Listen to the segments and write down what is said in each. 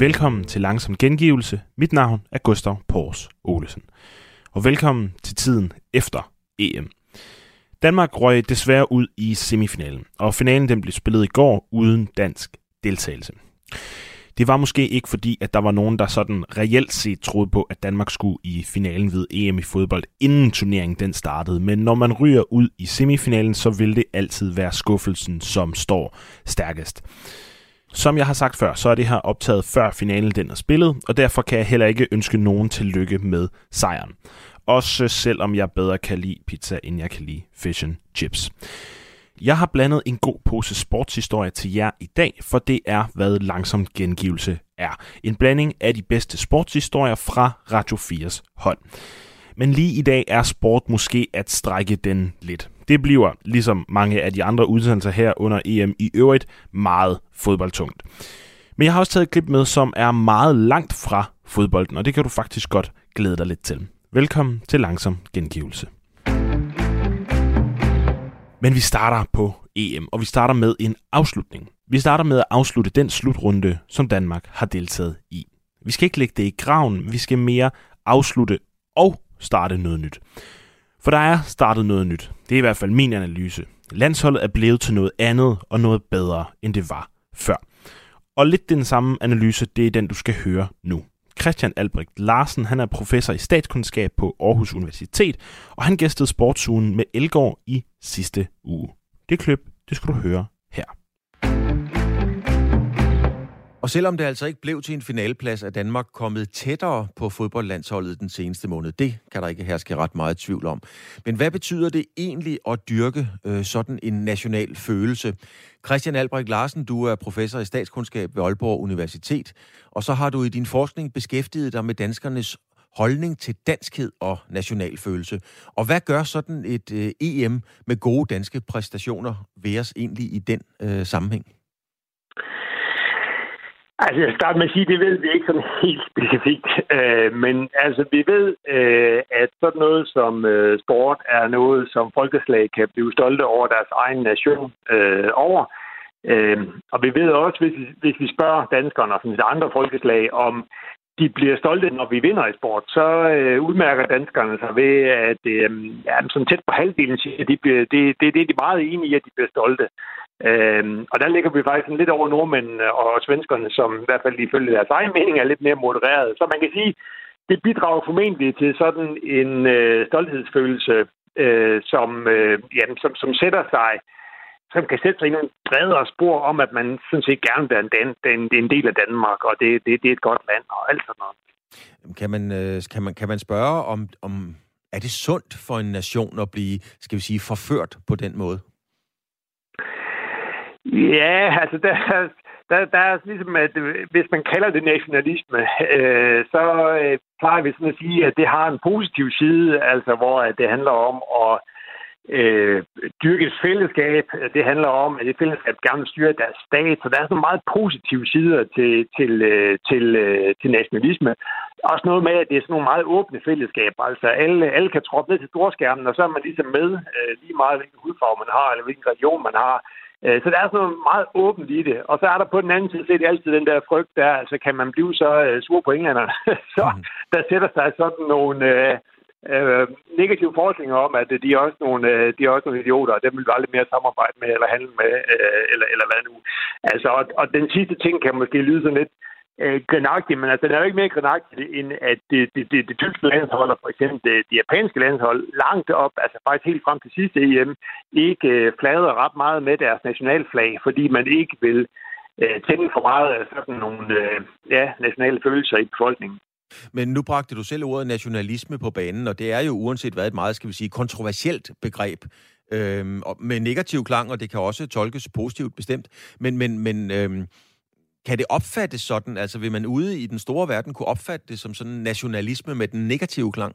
Velkommen til Langsom Gengivelse. Mit navn er Gustav Pors Olesen. Og velkommen til tiden efter EM. Danmark røg desværre ud i semifinalen, og finalen den blev spillet i går uden dansk deltagelse. Det var måske ikke fordi, at der var nogen, der sådan reelt set troede på, at Danmark skulle i finalen ved EM i fodbold, inden turneringen den startede. Men når man ryger ud i semifinalen, så vil det altid være skuffelsen, som står stærkest. Som jeg har sagt før, så er det her optaget før finalen den er spillet, og derfor kan jeg heller ikke ønske nogen tillykke med sejren. Også selvom jeg bedre kan lide pizza, end jeg kan lide fish and chips. Jeg har blandet en god pose sportshistorie til jer i dag, for det er, hvad Langsom Gengivelse er. En blanding af de bedste sportshistorier fra Radio 4's hold. Men lige i dag er sport måske at strække den lidt. Det bliver, ligesom mange af de andre udsendelser her under EM i øvrigt, meget fodboldtungt. Men jeg har også taget et klip med, som er meget langt fra fodbolden, og det kan du faktisk godt glæde dig lidt til. Velkommen til Langsom Gengivelse. Men vi starter på EM, og vi starter med en afslutning. Vi starter med at afslutte den slutrunde, som Danmark har deltaget i. Vi skal ikke lægge det i graven, vi skal mere afslutte og starte noget nyt. For der er startet noget nyt. Det er i hvert fald min analyse. Landsholdet er blevet til noget andet og noget bedre, end det var før. Og lidt den samme analyse, det er den, du skal høre nu. Christian Albrecht Larsen, han er professor i statskundskab på Aarhus Universitet, og han gæstede Sportsugen med Elgård i sidste uge. Det klip, det skal du høre her. Og selvom det altså ikke blev til en finaleplads, er Danmark kommet tættere på fodboldlandsholdet den seneste måned. Det kan der ikke herske ret meget tvivl om. Men hvad betyder det egentlig at dyrke sådan en national følelse? Christian Albrecht Larsen, du er professor i statskundskab ved Aalborg Universitet, og så har du i din forskning beskæftiget dig med danskernes holdning til danskhed og nationalfølelse. Og hvad gør sådan et EM med gode danske præstationer ved os egentlig i den sammenhæng? Altså, jeg starter med at sige, det ved vi ikke sådan helt specifikt. Men altså, vi ved, at sådan noget som sport er noget, som folkeslag kan blive stolte over deres egen nation over. Og vi ved også, hvis vi spørger danskerne og andre folkeslag, om de bliver stolte, når vi vinder i sport, så udmærker danskerne sig ved, at sådan tæt på halvdelen siger, at det er de meget enige i, at de bliver stolte. Og der ligger vi faktisk lidt over nordmændene og svenskerne, som i hvert fald ifølge deres egen mening er lidt mere modereret. Så man kan sige, det bidrager formentlig til sådan en stolthedsfølelse, som sætter sig, som kan sætte sig i nogle bredere spor om, at man sådan set gerne vil være en del af Danmark, og det er et godt land og alt sådan noget. Kan man spørge om er det sundt for en nation at blive, skal vi sige, forført på den måde? Ja, altså der er ligesom, at hvis man kalder det nationalisme, så plejer vi sådan at sige, at det har en positiv side, altså hvor det handler om at dyrke et fællesskab. Det handler om, at det fællesskab gerne vil styre deres stat, så der er sådan meget positive sider til nationalisme. Også noget med, at det er sådan nogle meget åbne fællesskaber. Altså alle kan troppe ned til storskærmen, og så er man ligesom med lige meget, hvilken hudfarve man har, eller hvilken religion man har. Så der er sådan noget meget åbent i det. Og så er der på den anden side set altid den der frygt der, altså kan man blive så sur på englænderne, så der sætter sig sådan nogle negative forestillinger om, at de er også nogle idioter, og dem vil vi aldrig mere samarbejde med, eller handle med, eller hvad nu. Altså, og den sidste ting kan måske lyde sådan lidt grinagtigt, men altså, den er jo ikke mere grinagtigt, end at det tyske landshold, og for eksempel det japanske landshold, langt op, altså faktisk helt frem til sidste EM, ikke flader ret meget med deres nationalflag, fordi man ikke vil tænde for meget af sådan nogle nationale følelser i befolkningen. Men nu bragte du selv ordet nationalisme på banen, og det er jo uanset hvad et meget, skal vi sige, kontroversielt begreb med negativ klang, og det kan også tolkes positivt bestemt. Men kan det opfattes sådan, altså vil man ude i den store verden kunne opfatte det som sådan nationalisme med den negative klang?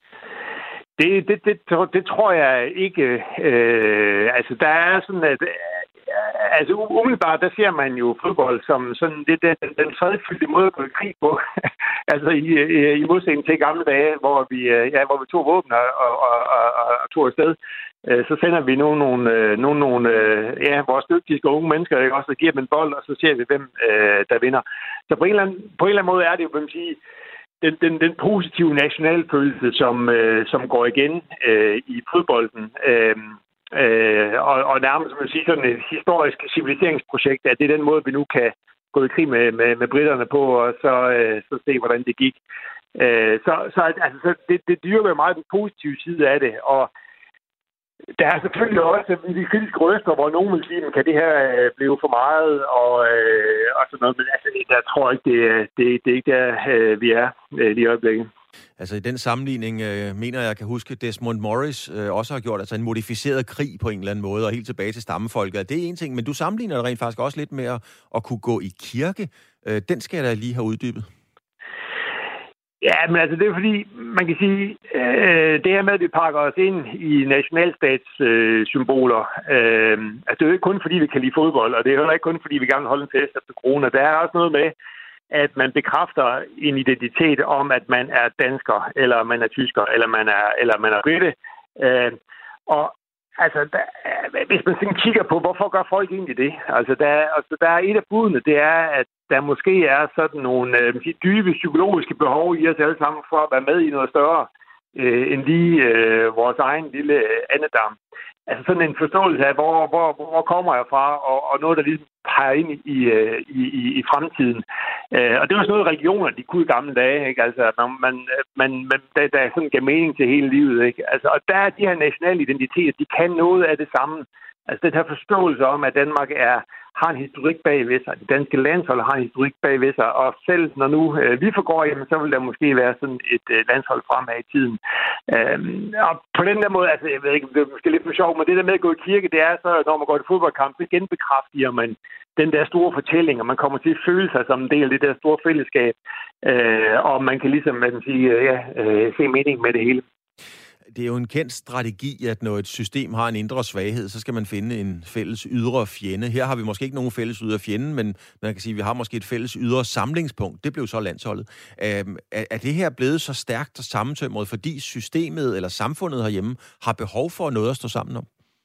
Det tror jeg ikke. Altså der er sådan, at altså umiddelbart, der ser man jo fodbold som sådan det den fredfyldte måde at gå i krig på. Altså i modsætning til gamle dage, hvor vi tog våben og tog afsted. Så sender vi nogle vores dygtigste unge mennesker, ikke? Også giver dem en bold, og så ser vi, hvem der vinder. Så på en eller anden måde er det jo, vil man sige, den positive nationalfølelse, som går igen i fodbolden. Og nærmest, som man siger, sådan et historisk civiliseringsprojekt, at det er den måde, vi nu kan gå i krig med britterne på, og så se, hvordan det gik. Så det dyrker jo meget den positive side af det, og der er selvfølgelig også de kritiske røster, hvor nogen vil sige, kan det her blive for meget, og sådan noget, men altså, jeg tror ikke, det er ikke der, vi er lige i øjeblikket. Altså i den sammenligning mener jeg kan huske, Desmond Morris også har gjort altså en modificeret krig på en eller anden måde, og helt tilbage til stammefolket. Det er en ting, men du sammenligner det rent faktisk også lidt med at kunne gå i kirke. Den skal jeg da lige have uddybet. Ja, men altså det er fordi, man kan sige, det her med, at vi pakker os ind i nationalstatssymboler, altså det er jo ikke kun fordi, vi kan lide fodbold, og det er heller ikke kun fordi, vi gerne vil holde en fest efter corona. Der er også noget med, at man bekræfter en identitet om, at man er dansker, eller man er tysker, eller man er brite. Og altså, hvis man sådan kigger på, hvorfor gør folk egentlig det? Altså, der er et af budene, det er, at der måske er sådan nogle dybe psykologiske behov i os alle sammen for at være med i noget større end lige vores egen lille andedam. Altså sådan en forståelse af, hvor kommer jeg fra, og noget, der ligesom peger ind i fremtiden. Og det var sådan noget, regioner, de kunne i gamle dage, ikke? Altså, der sådan gav mening til hele livet, ikke? Altså, og der er de her nationale identiteter, de kan noget af det samme. Altså, den her forståelse om, at Danmark har en historik bagved sig. Det danske landshold har en historik bagved sig, og selv når nu vi forgår, jamen, så vil der måske være sådan et landshold fremad i tiden. Og på den der måde, altså jeg ved ikke, det er måske lidt for sjov, men det der med at gå i kirke, det er så, når man går til fodboldkamp, så genbekræfter man den der store fortælling, og man kommer til at føle sig som en del af det der store fællesskab, og man kan ligesom, man kan sige, se mening med det hele. Det er jo en kendt strategi, at når et system har en indre svaghed, så skal man finde en fælles ydre fjende. Her har vi måske ikke nogen fælles ydre fjende, men man kan sige, at vi har måske et fælles ydre samlingspunkt. Det blev så landsholdet. Er det her blevet så stærkt og sammentømret, fordi systemet eller samfundet herhjemme har behov for noget at stå sammen om?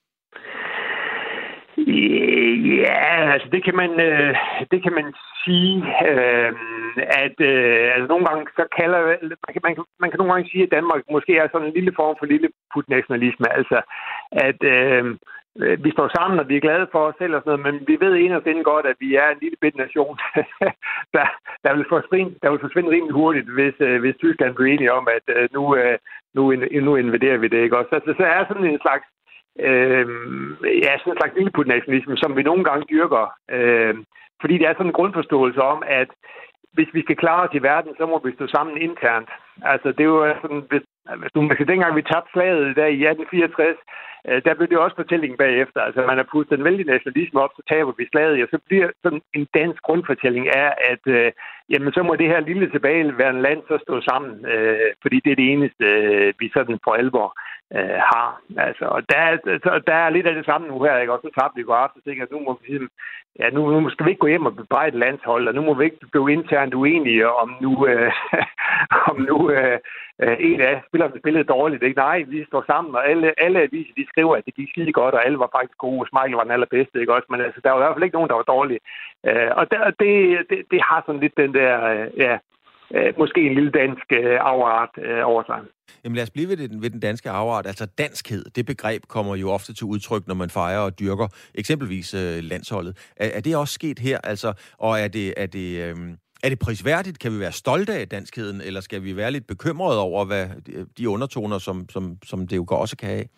Ja, altså det kan man sige, at altså nogle gange så kalder man kan nogle gange sige, at Danmark måske er sådan en lille form for lilleput-nationalisme, altså at vi står sammen, og vi er glade for os selv og sådan noget, men vi ved inderst inden godt, at vi er en lille bitte nation, der vil forsvinde rimelig hurtigt, hvis Tyskland bliver enige om, at nu invaderer vi det, ikke også? Altså, så er sådan en slags sådan en slags lilleput-nationalisme, som vi nogle gange dyrker, fordi det er sådan en grundforståelse om, at hvis vi skal klare os i verden, så må vi stå sammen internt. Altså, det er jo sådan, hvis dengang vi tabte slaget der i 1864, der blev det også fortællingen bagefter. Altså, man har pustet en vældig nationalisme op, så taber vi slaget, og så bliver sådan en dansk grundfortælling af, at jamen, så må det her lille tilbageværende land så stå sammen, fordi det er det eneste, vi sådan for alvor har. Altså, og der er lidt af det samme nu her, ikke? Og så tabte vi går aftes, ikke? Nu må vi nu skal vi ikke gå hjem og bebrejde landshold, og nu må vi ikke blive internt uenige om nu en af spillerne spillede dårligt. Ikke? Nej, vi står sammen, og alle aviser, de skriver, at det gik skide godt, og alle var faktisk gode. Schmeichel var den allerbedste, ikke også? Men altså, der var i hvert fald ikke nogen, der var dårlige. Og det har sådan lidt den der, måske en lille dansk afart over sig. Jamen lad os blive ved den danske afart. Altså danskhed, det begreb kommer jo ofte til udtryk, når man fejrer og dyrker eksempelvis landsholdet. Er det også sket her? Altså, og er det prisværdigt? Kan vi være stolte af danskheden, eller skal vi være lidt bekymrede over, hvad de undertoner, som det jo også kan have?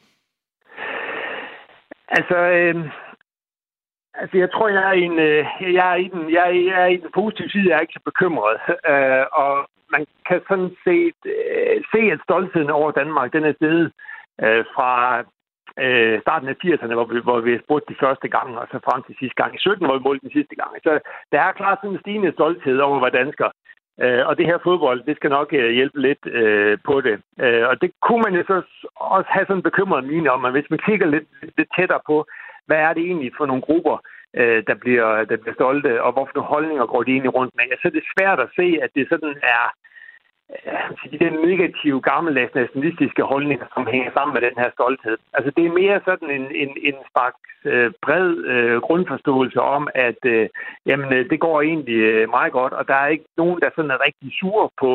Altså, jeg tror, jeg er i den positive side, jeg er ikke så bekymret. Og man kan sådan set se, at stoltheden over Danmark, den er steget fra starten af 80'erne, hvor vi spurgte de første gang, og så frem til sidste gang. I 17 var vi målt den sidste gang. Så der er klart sådan en stigende stolthed over at være dansker. Og det her fodbold, det skal nok hjælpe lidt på det. Og det kunne man jo så også have sådan en bekymret mine om, at hvis man kigger lidt tættere på, hvad er det egentlig for nogle grupper, der bliver stolte, og hvorfor nogle holdninger går de egentlig rundt med, så er det svært at se, at det sådan er de der negative, gammeldags nationalistiske holdninger, som hænger sammen med den her stolthed. Altså det er mere sådan en slags bred grundforståelse om, at det går egentlig meget godt, og der er ikke nogen, der sådan er rigtig sure på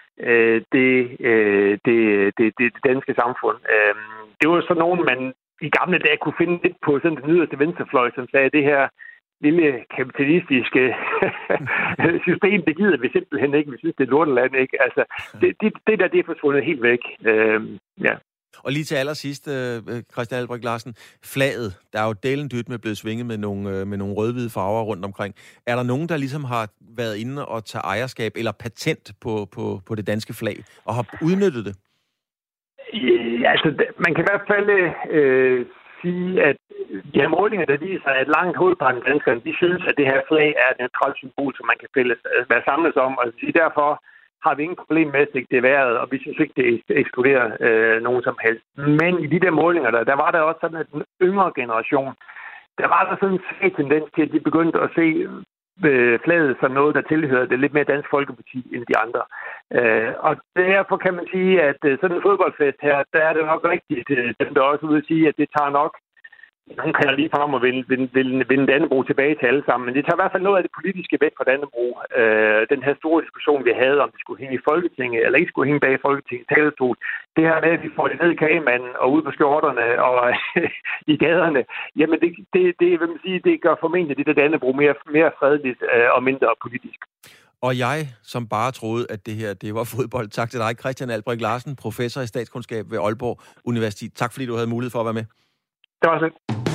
det danske samfund. Det var sådan nogen, man i gamle dage kunne finde lidt på sådan den yderste venstrefløj, som sagde, det her lille kapitalistiske system, det gider vi simpelthen ikke. Vi synes, det er lorteland, ikke? Altså, det der, det er forsvundet helt væk. Ja. Og lige til allersidst, Christian Albrecht Larsen, flaget, der er jo delen dyt med blevet svinget med nogle rød-hvide farver rundt omkring. Er der nogen, der ligesom har været inde og tage ejerskab eller patent på det danske flag og har udnyttet det? Ja, altså, man kan i hvert fald sige, at de her målinger, der viser, at langt hovedparten af danskerne, de synes, at det her flag er et neutralt symbol, som man kan være samlet om. Og derfor har vi ingen problem med at stikke det i vejret, og vi synes ikke, det ekskluderer nogen som helst. Men i de der målinger, der var der også sådan, at den yngre generation, der var der sådan en svag tendens til, at de begyndte at se flaget som noget, der tilhører det lidt mere Dansk Folkeparti end de andre. Og derfor kan man sige, at sådan en fodboldfest her, der er det nok rigtigt, dem der også ude at sige, at det tager nok, nogen kan lige frem og vinde Dannebrog tilbage til alle sammen, men det tager i hvert fald noget af det politiske væk fra Dannebrog. Den her store diskussion, vi havde, om det skulle hænge i Folketinget, eller ikke skulle hænge bag Folketingets talerstol, det her med, at vi får det ned i kagemanden og ude på skjorterne og i gaderne, jamen det vil man sige, det gør formentlig det der Dannebrog mere fredeligt og mindre politisk. Og jeg, som bare troede, at det var fodbold. Tak til dig, Christian Albrecht Larsen, professor i statskundskab ved Aalborg Universitet. Tak fordi du havde mulighed for at være med. Det var så.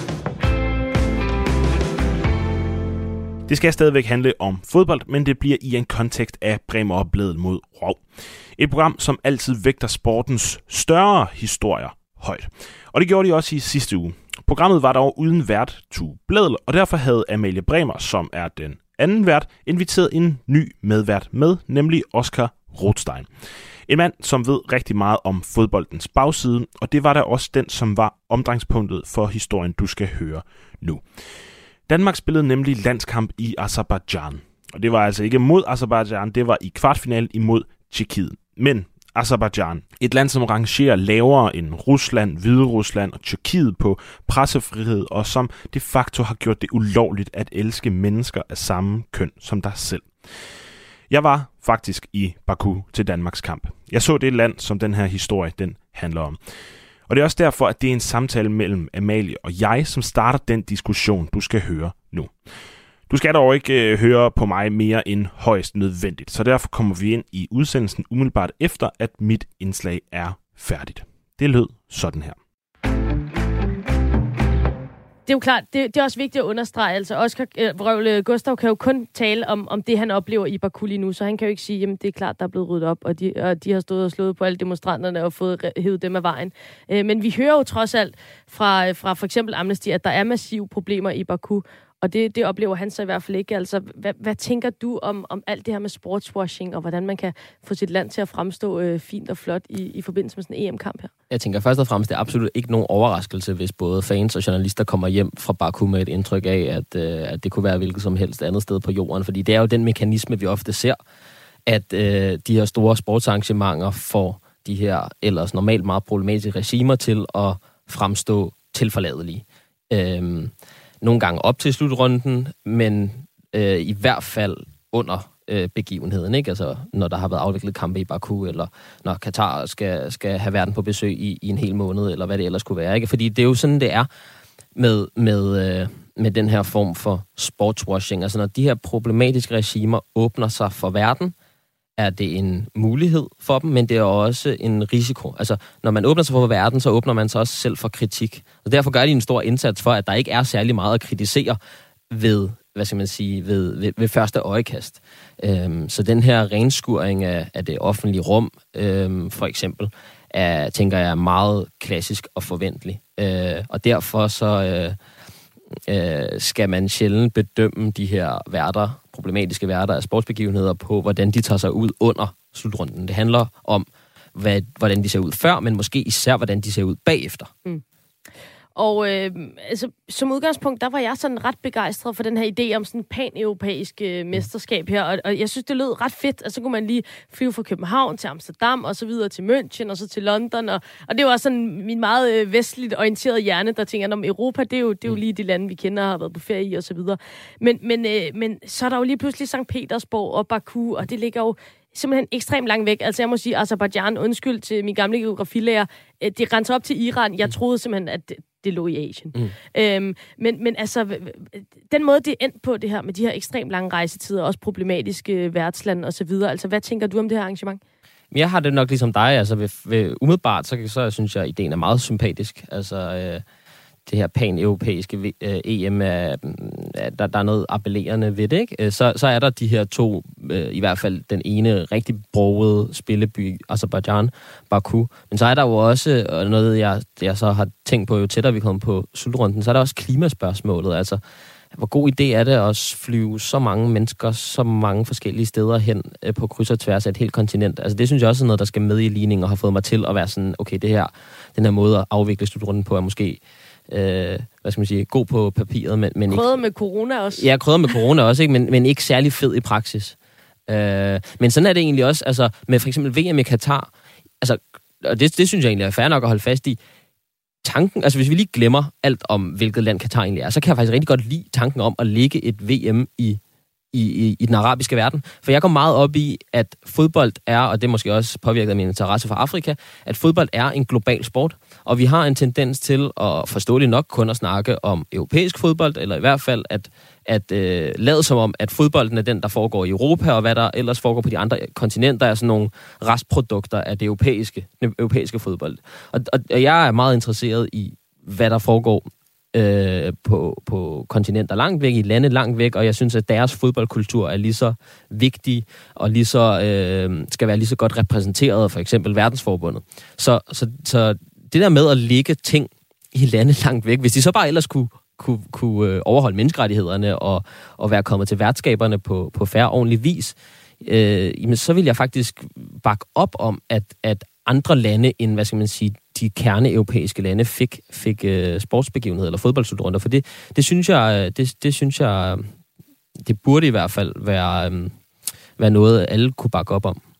Det skal stadigvæk handle om fodbold, men det bliver i en kontekst af Bremer Opleden mod Rov. Et program, som altid vægter sportens større historier højt. Og det gjorde de også i sidste uge. Programmet var dog uden vært Tue Blædel, og derfor havde Amalie Bremer, som er den anden vært, inviteret en ny medvært med, nemlig Oscar Rothstein. En mand, som ved rigtig meget om fodboldens bagside, og det var da også den, som var omdrejningspunktet for historien, du skal høre nu. Danmark spillede nemlig landskamp i Aserbajdsjan. Og det var altså ikke mod Aserbajdsjan, det var i kvartfinalen imod Tjekkiet. Men Aserbajdsjan, et land, som rangerer lavere end Rusland, Hviderusland og Tyrkiet på pressefrihed, og som de facto har gjort det ulovligt at elske mennesker af samme køn som dig selv. Jeg var faktisk i Baku til Danmarks kamp. Jeg så det land, som den her historie den handler om. Og det er også derfor, at det er en samtale mellem Amalie og jeg, som starter den diskussion, du skal høre nu. Du skal dog ikke høre på mig mere end højst nødvendigt, så derfor kommer vi ind i udsendelsen umiddelbart efter, at mit indslag er færdigt. Det lød sådan her. Det er jo klart, det er også vigtigt at understrege. Altså Oscar Gustav kan jo kun tale om det, han oplever i Baku lige nu, så han kan jo ikke sige, jamen det er klart, der er blevet ryddet op, og de har stået og slået på alle demonstranterne og fået hævet dem af vejen. Men vi hører jo trods alt fra for eksempel Amnesty, at der er massive problemer i Baku, og det oplever han så i hvert fald ikke. Altså, hvad tænker du om alt det her med sportswashing, og hvordan man kan få sit land til at fremstå fint og flot i forbindelse med sådan en EM-kamp her? Jeg tænker først og fremmest, det er absolut ikke nogen overraskelse, hvis både fans og journalister kommer hjem fra Baku med et indtryk af, at det kunne være hvilket som helst andet sted på jorden. Fordi det er jo den mekanisme, vi ofte ser, at de her store sportsarrangementer får de her ellers normalt meget problematiske regimer til at fremstå tilforladelige. Nogle gange op til slutrunden, men i hvert fald under begivenheden, ikke? Altså, når der har været afviklet kampe i Baku, eller når Katar skal have verden på besøg i en hel måned, eller hvad det ellers kunne være, ikke? Fordi det er jo sådan, det er med den her form for sportswashing. Altså, når de her problematiske regimer åbner sig for verden, er det en mulighed for dem, men det er også en risiko. Altså, når man åbner sig for verden, så åbner man sig også selv for kritik. Og derfor gør de en stor indsats for, at der ikke er særlig meget at kritisere ved, hvad skal man sige, ved første øjekast. Så den her renskuring af det offentlige rum, for eksempel, tænker jeg er meget klassisk og forventelig. Og derfor så skal man sjældent bedømme de her værter, problematiske værter af sportsbegivenheder på, hvordan de tager sig ud under slutrunden. Det handler om, hvordan de ser ud før, men måske især, hvordan de ser ud bagefter. Mm. Og altså, som udgangspunkt, der var jeg sådan ret begejstret for den her idé om sådan en pan-europæisk mesterskab her. Og jeg synes, det lød ret fedt. Altså, så kunne man lige flyve fra København til Amsterdam, og så videre til München, og så til London. Og det var sådan min meget vestligt orienterede hjerne, der tænker, om Europa, det er jo lige de lande, vi kender og har været på ferie i, og så videre. Men så er der jo lige pludselig Sankt Petersborg og Baku, og det ligger jo simpelthen ekstremt langt væk. Altså jeg må sige, Aserbajdsjan, undskyld til min gamle geografilærer, det grænser op til Iran. Jeg troede simpelthen, at det lå i Asien. Men altså, den måde, det er endt på det her, med de her ekstremt lange rejsetider, også problematiske værtslande og så videre. Altså, hvad tænker du om det her arrangement? Jeg har det nok ligesom dig. Altså, umiddelbart, så synes jeg, at ideen er meget sympatisk. Altså, det her pan-europæiske EM, der er noget appellerende ved det, ikke? Så er der de her to, i hvert fald den ene rigtig brogede spilleby, Aserbajdsjan, Baku. Men så er der jo også noget, jeg så har tænkt på, jo tættere vi kommer på slutrunden, så er der også klimaspørgsmålet. Altså, hvor god idé er det at flyve så mange mennesker, så mange forskellige steder hen på kryds og tværs af et helt kontinent? Altså, det synes jeg også er noget, der skal med i ligningen og har fået mig til at være sådan, okay, den her måde at afvikle slutrunden på er måske hvad skal man sige, god på papiret, men ikke... Krydret med corona også. Ja, krydret med corona også, ikke? Men ikke særlig fed i praksis. Men sådan er det egentlig også, altså med for eksempel VM i Katar, altså, og det synes jeg egentlig er fair nok at holde fast i, tanken, altså hvis vi lige glemmer alt om, hvilket land Katar egentlig er, så kan jeg faktisk rigtig godt lide tanken om at lægge et VM i den arabiske verden. For jeg går meget op i, at fodbold er, og det er måske også påvirket af min interesse for Afrika, at fodbold er en global sport. Og vi har en tendens til at forståeligt nok kun at snakke om europæisk fodbold, eller i hvert fald at lade som om, at fodbolden er den, der foregår i Europa, og hvad der ellers foregår på de andre kontinenter, er sådan nogle restprodukter af det europæiske fodbold. Og jeg er meget interesseret i, hvad der foregår på kontinenter langt væk, i lande langt væk, og jeg synes, at deres fodboldkultur er lige så vigtig, og lige så, skal være lige så godt repræsenteret, for eksempel verdensforbundet. Så det der med at lægge ting i lande langt væk, hvis de så bare ellers kunne overholde menneskerettighederne og være kommet til værtskaberne på fair ordentlig vis, så vil jeg faktisk bakke op om, at andre lande end, hvad skal man sige, de kerneeuropæiske lande fik sportsbegivenheder eller fodboldslutrunder, for det synes jeg, det burde i hvert fald være noget, alle kunne bakke op om.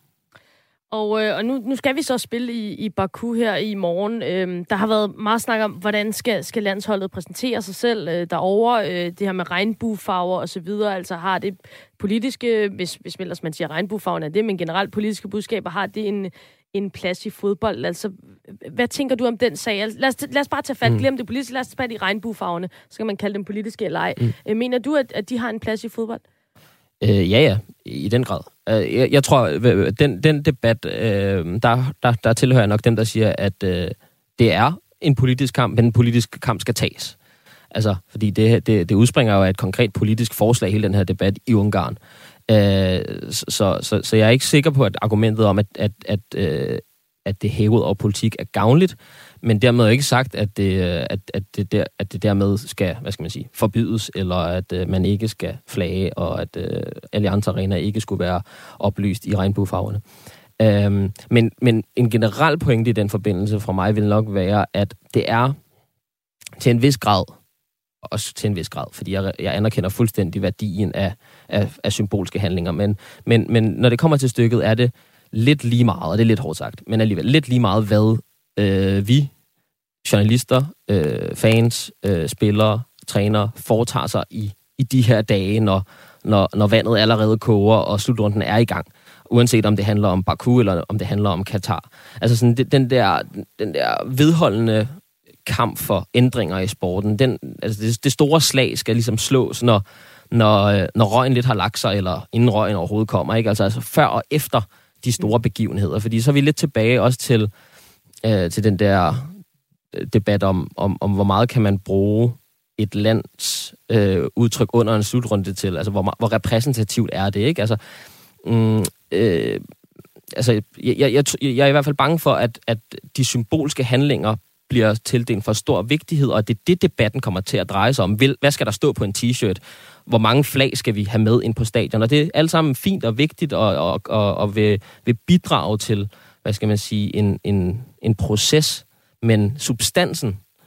Og nu skal vi så spille i Baku her i morgen. Der har været meget snak om, hvordan skal landsholdet præsentere sig selv derovre. Det her med regnbuefarver og så videre. Altså har det politiske, hvis ellers man siger regnbuefarven er det, men generelt politiske budskaber, har det en plads i fodbold? Altså, hvad tænker du om den sag? Lad os bare tage fat. Glem det politiske. Lad os tage fat i regnbuefarverne. Så kan man kalde dem politiske eller ej. Mener du, at de har en plads i fodbold? Ja, i den grad. Jeg tror, den debat, der tilhører nok dem, der siger, at det er en politisk kamp, men en politisk kamp skal tages. Altså, fordi det udspringer jo af et konkret politisk forslag, hele den her debat i Ungarn. Så jeg er ikke sikker på, at argumentet om, at det hævet over politik er gavnligt, men dermed ikke sagt, at det dermed skal, hvad skal man sige, forbydes, eller at man ikke skal flage, og at Allianz Arena ikke skulle være oplyst i regnbuefarverne. Men en generel pointe i den forbindelse fra mig vil nok være, at det er til en vis grad, fordi jeg anerkender fuldstændig værdien af symbolske handlinger, men når det kommer til stykket, er det lidt lige meget, og det er lidt hårdt sagt, men alligevel lidt lige meget, hvad vi, journalister, fans, spillere, trænere, foretager sig i de her dage, når vandet allerede koger, og slutrunden er i gang. Uanset om det handler om Baku, eller om det handler om Katar. Altså sådan, den der vedholdende kamp for ændringer i sporten, det store slag skal ligesom slås, når røgen lidt har lagt sig, eller inden røgen overhovedet kommer, ikke? Altså før og efter de store begivenheder. Fordi så er vi lidt tilbage også til den der debat om hvor meget kan man bruge et lands udtryk under en slutrunde til, altså hvor repræsentativt er det, ikke? Altså, jeg er i hvert fald bange for, at de symbolske handlinger bliver tildelt for stor vigtighed, og det er det, debatten kommer til at dreje sig om. Hvad skal der stå på en t-shirt? Hvor mange flag skal vi have med ind på stadion? Og det er alt sammen fint og vigtigt, og vil bidrage til, hvad skal man sige, en proces, men substansen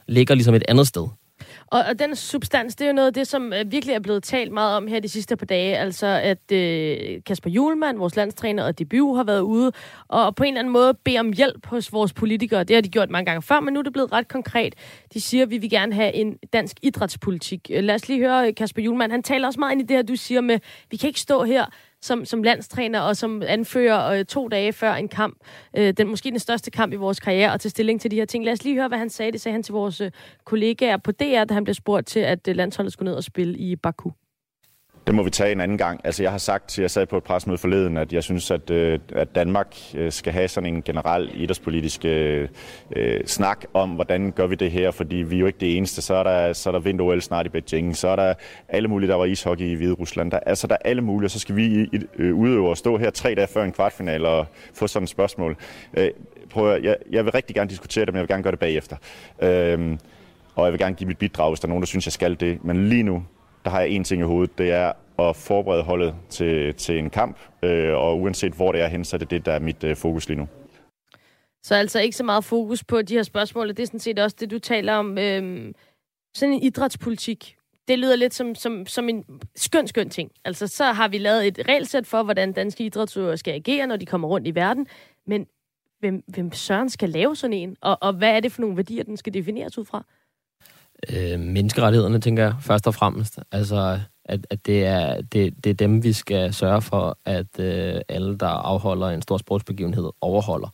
ligger ligesom et andet sted. Og den substans, det er jo noget af det, som virkelig er blevet talt meget om her de sidste par dage. Altså, at Kasper Hjulmand, vores landstræner og DBU, har været ude og på en eller anden måde bede om hjælp hos vores politikere. Det har de gjort mange gange før, men nu er det blevet ret konkret. De siger, at vi vil gerne have en dansk idrætspolitik. Lad os lige høre Kasper Hjulmand. Han taler også meget ind i det her, du siger med, vi kan ikke stå her som landstræner og som anfører 2 dage før en kamp. Måske den største kamp i vores karriere, og tage stilling til de her ting. Lad os lige høre, hvad han sagde. Det sagde han til vores kollegaer på DR, da han blev spurgt til, at landsholdet skulle ned og spille i Baku. Det må vi tage en anden gang. Altså, jeg sad på et pressemøde forleden, at jeg synes, at Danmark skal have sådan en generel idrætspolitisk snak om, hvordan gør vi det her, fordi vi er jo ikke det eneste. Så er der vinter-OL snart i Beijing, så er der alle mulige, der var ishockey i Hviderusland. Der er alle mulige, og så skal vi udøve og stå her 3 dage før en kvartfinale og få sådan et spørgsmål. Jeg vil rigtig gerne diskutere det, men jeg vil gerne gøre det bagefter. Og jeg vil gerne give mit bidrag, hvis der er nogen, der synes, jeg skal det. Men lige nu, der har jeg én ting i hovedet, det er at forberede holdet til en kamp, og uanset hvor det er hen, så er det der er mit fokus lige nu. Så altså ikke så meget fokus på de her spørgsmål, det er sådan set også det, du taler om. Sådan en idrætspolitik, det lyder lidt som en skøn ting. Altså så har vi lavet et regelsæt for, hvordan danske idrætsudøvere skal agere, når de kommer rundt i verden, men hvem søren skal lave sådan en, og hvad er det for nogle værdier, den skal defineres ud fra? Menneskerettighederne, tænker jeg, først og fremmest. Altså, at det er dem, vi skal sørge for, at alle, der afholder en stor sportsbegivenhed, overholder.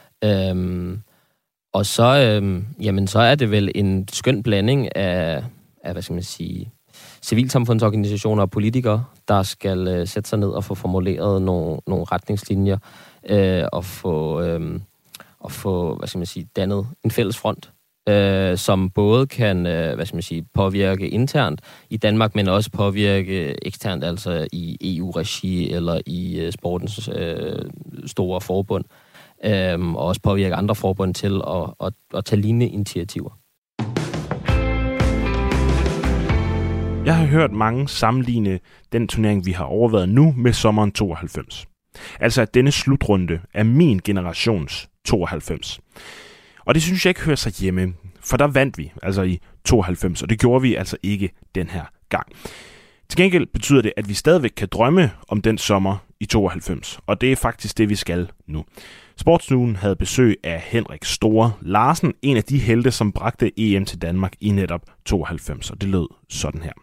Og så er det vel en skøn blanding af hvad skal man sige, civilsamfundsorganisationer og politikere, der skal sætte sig ned og få formuleret nogle retningslinjer og få hvad skal man sige, dannet en fælles front, som både kan påvirke internt i Danmark, men også påvirke eksternt, altså i EU-regi eller i sportens store forbund, og også påvirke andre forbund til at tage lignende initiativer. Jeg har hørt mange sammenligne den turnering, vi har overværet nu, med sommeren 92. Altså at denne slutrunde er min generations 92. Og det synes jeg ikke hører sig hjemme, for der vandt vi, altså i 92, og det gjorde vi altså ikke den her gang. Til gengæld betyder det, at vi stadigvæk kan drømme om den sommer i 92, og det er faktisk det, vi skal nu. Sportsnugen havde besøg af Henrik Store Larsen, en af de helte, som bragte EM til Danmark i netop 92, og det lød sådan her.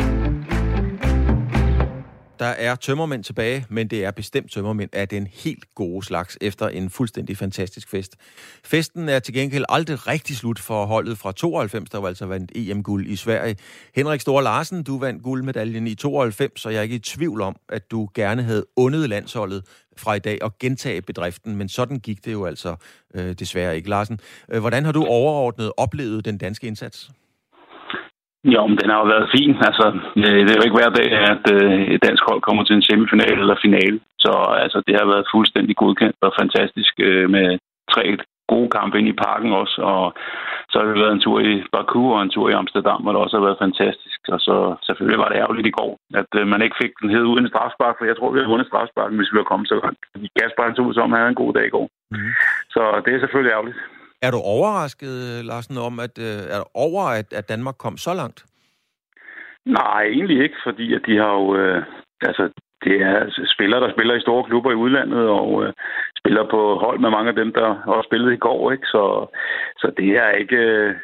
Der er tømmermænd tilbage, men det er bestemt tømmermænd af den helt gode slags efter en fuldstændig fantastisk fest. Festen er til gengæld aldrig rigtig slut for holdet fra 92, der var altså vandt EM-guld i Sverige. Henrik Store Larsen, du vandt guldmedaljen i 92, så jeg er ikke i tvivl om, at du gerne havde undet landsholdet fra i dag og gentage bedriften, men sådan gik det jo altså desværre ikke. Larsen, hvordan har du overordnet oplevet den danske indsats? Jo, men den har jo været fin. Altså, det er jo ikke hver dag, at et dansk hold kommer til en semifinale eller finale. Så altså, det har været fuldstændig godkendt og fantastisk med 3 gode kampe ind i parken også. Og så har vi været en tur i Baku og en tur i Amsterdam, hvor det også har været fantastisk. Og så selvfølgelig var det ærgerligt i går, at man ikke fik den hed uden en strafspark, for jeg tror, vi havde vundet strafsparken, hvis vi var kommet så langt. Kasper han tog som havde en god dag i går. Mm. Så det er selvfølgelig ærgerligt. Er du overrasket, Larsen, om at Danmark kom så langt? Nej, egentlig ikke, fordi at de har jo... det er spillere, der spiller i store klubber i udlandet, og spiller på hold med mange af dem, der også spillede i går, ikke? Så det er ikke...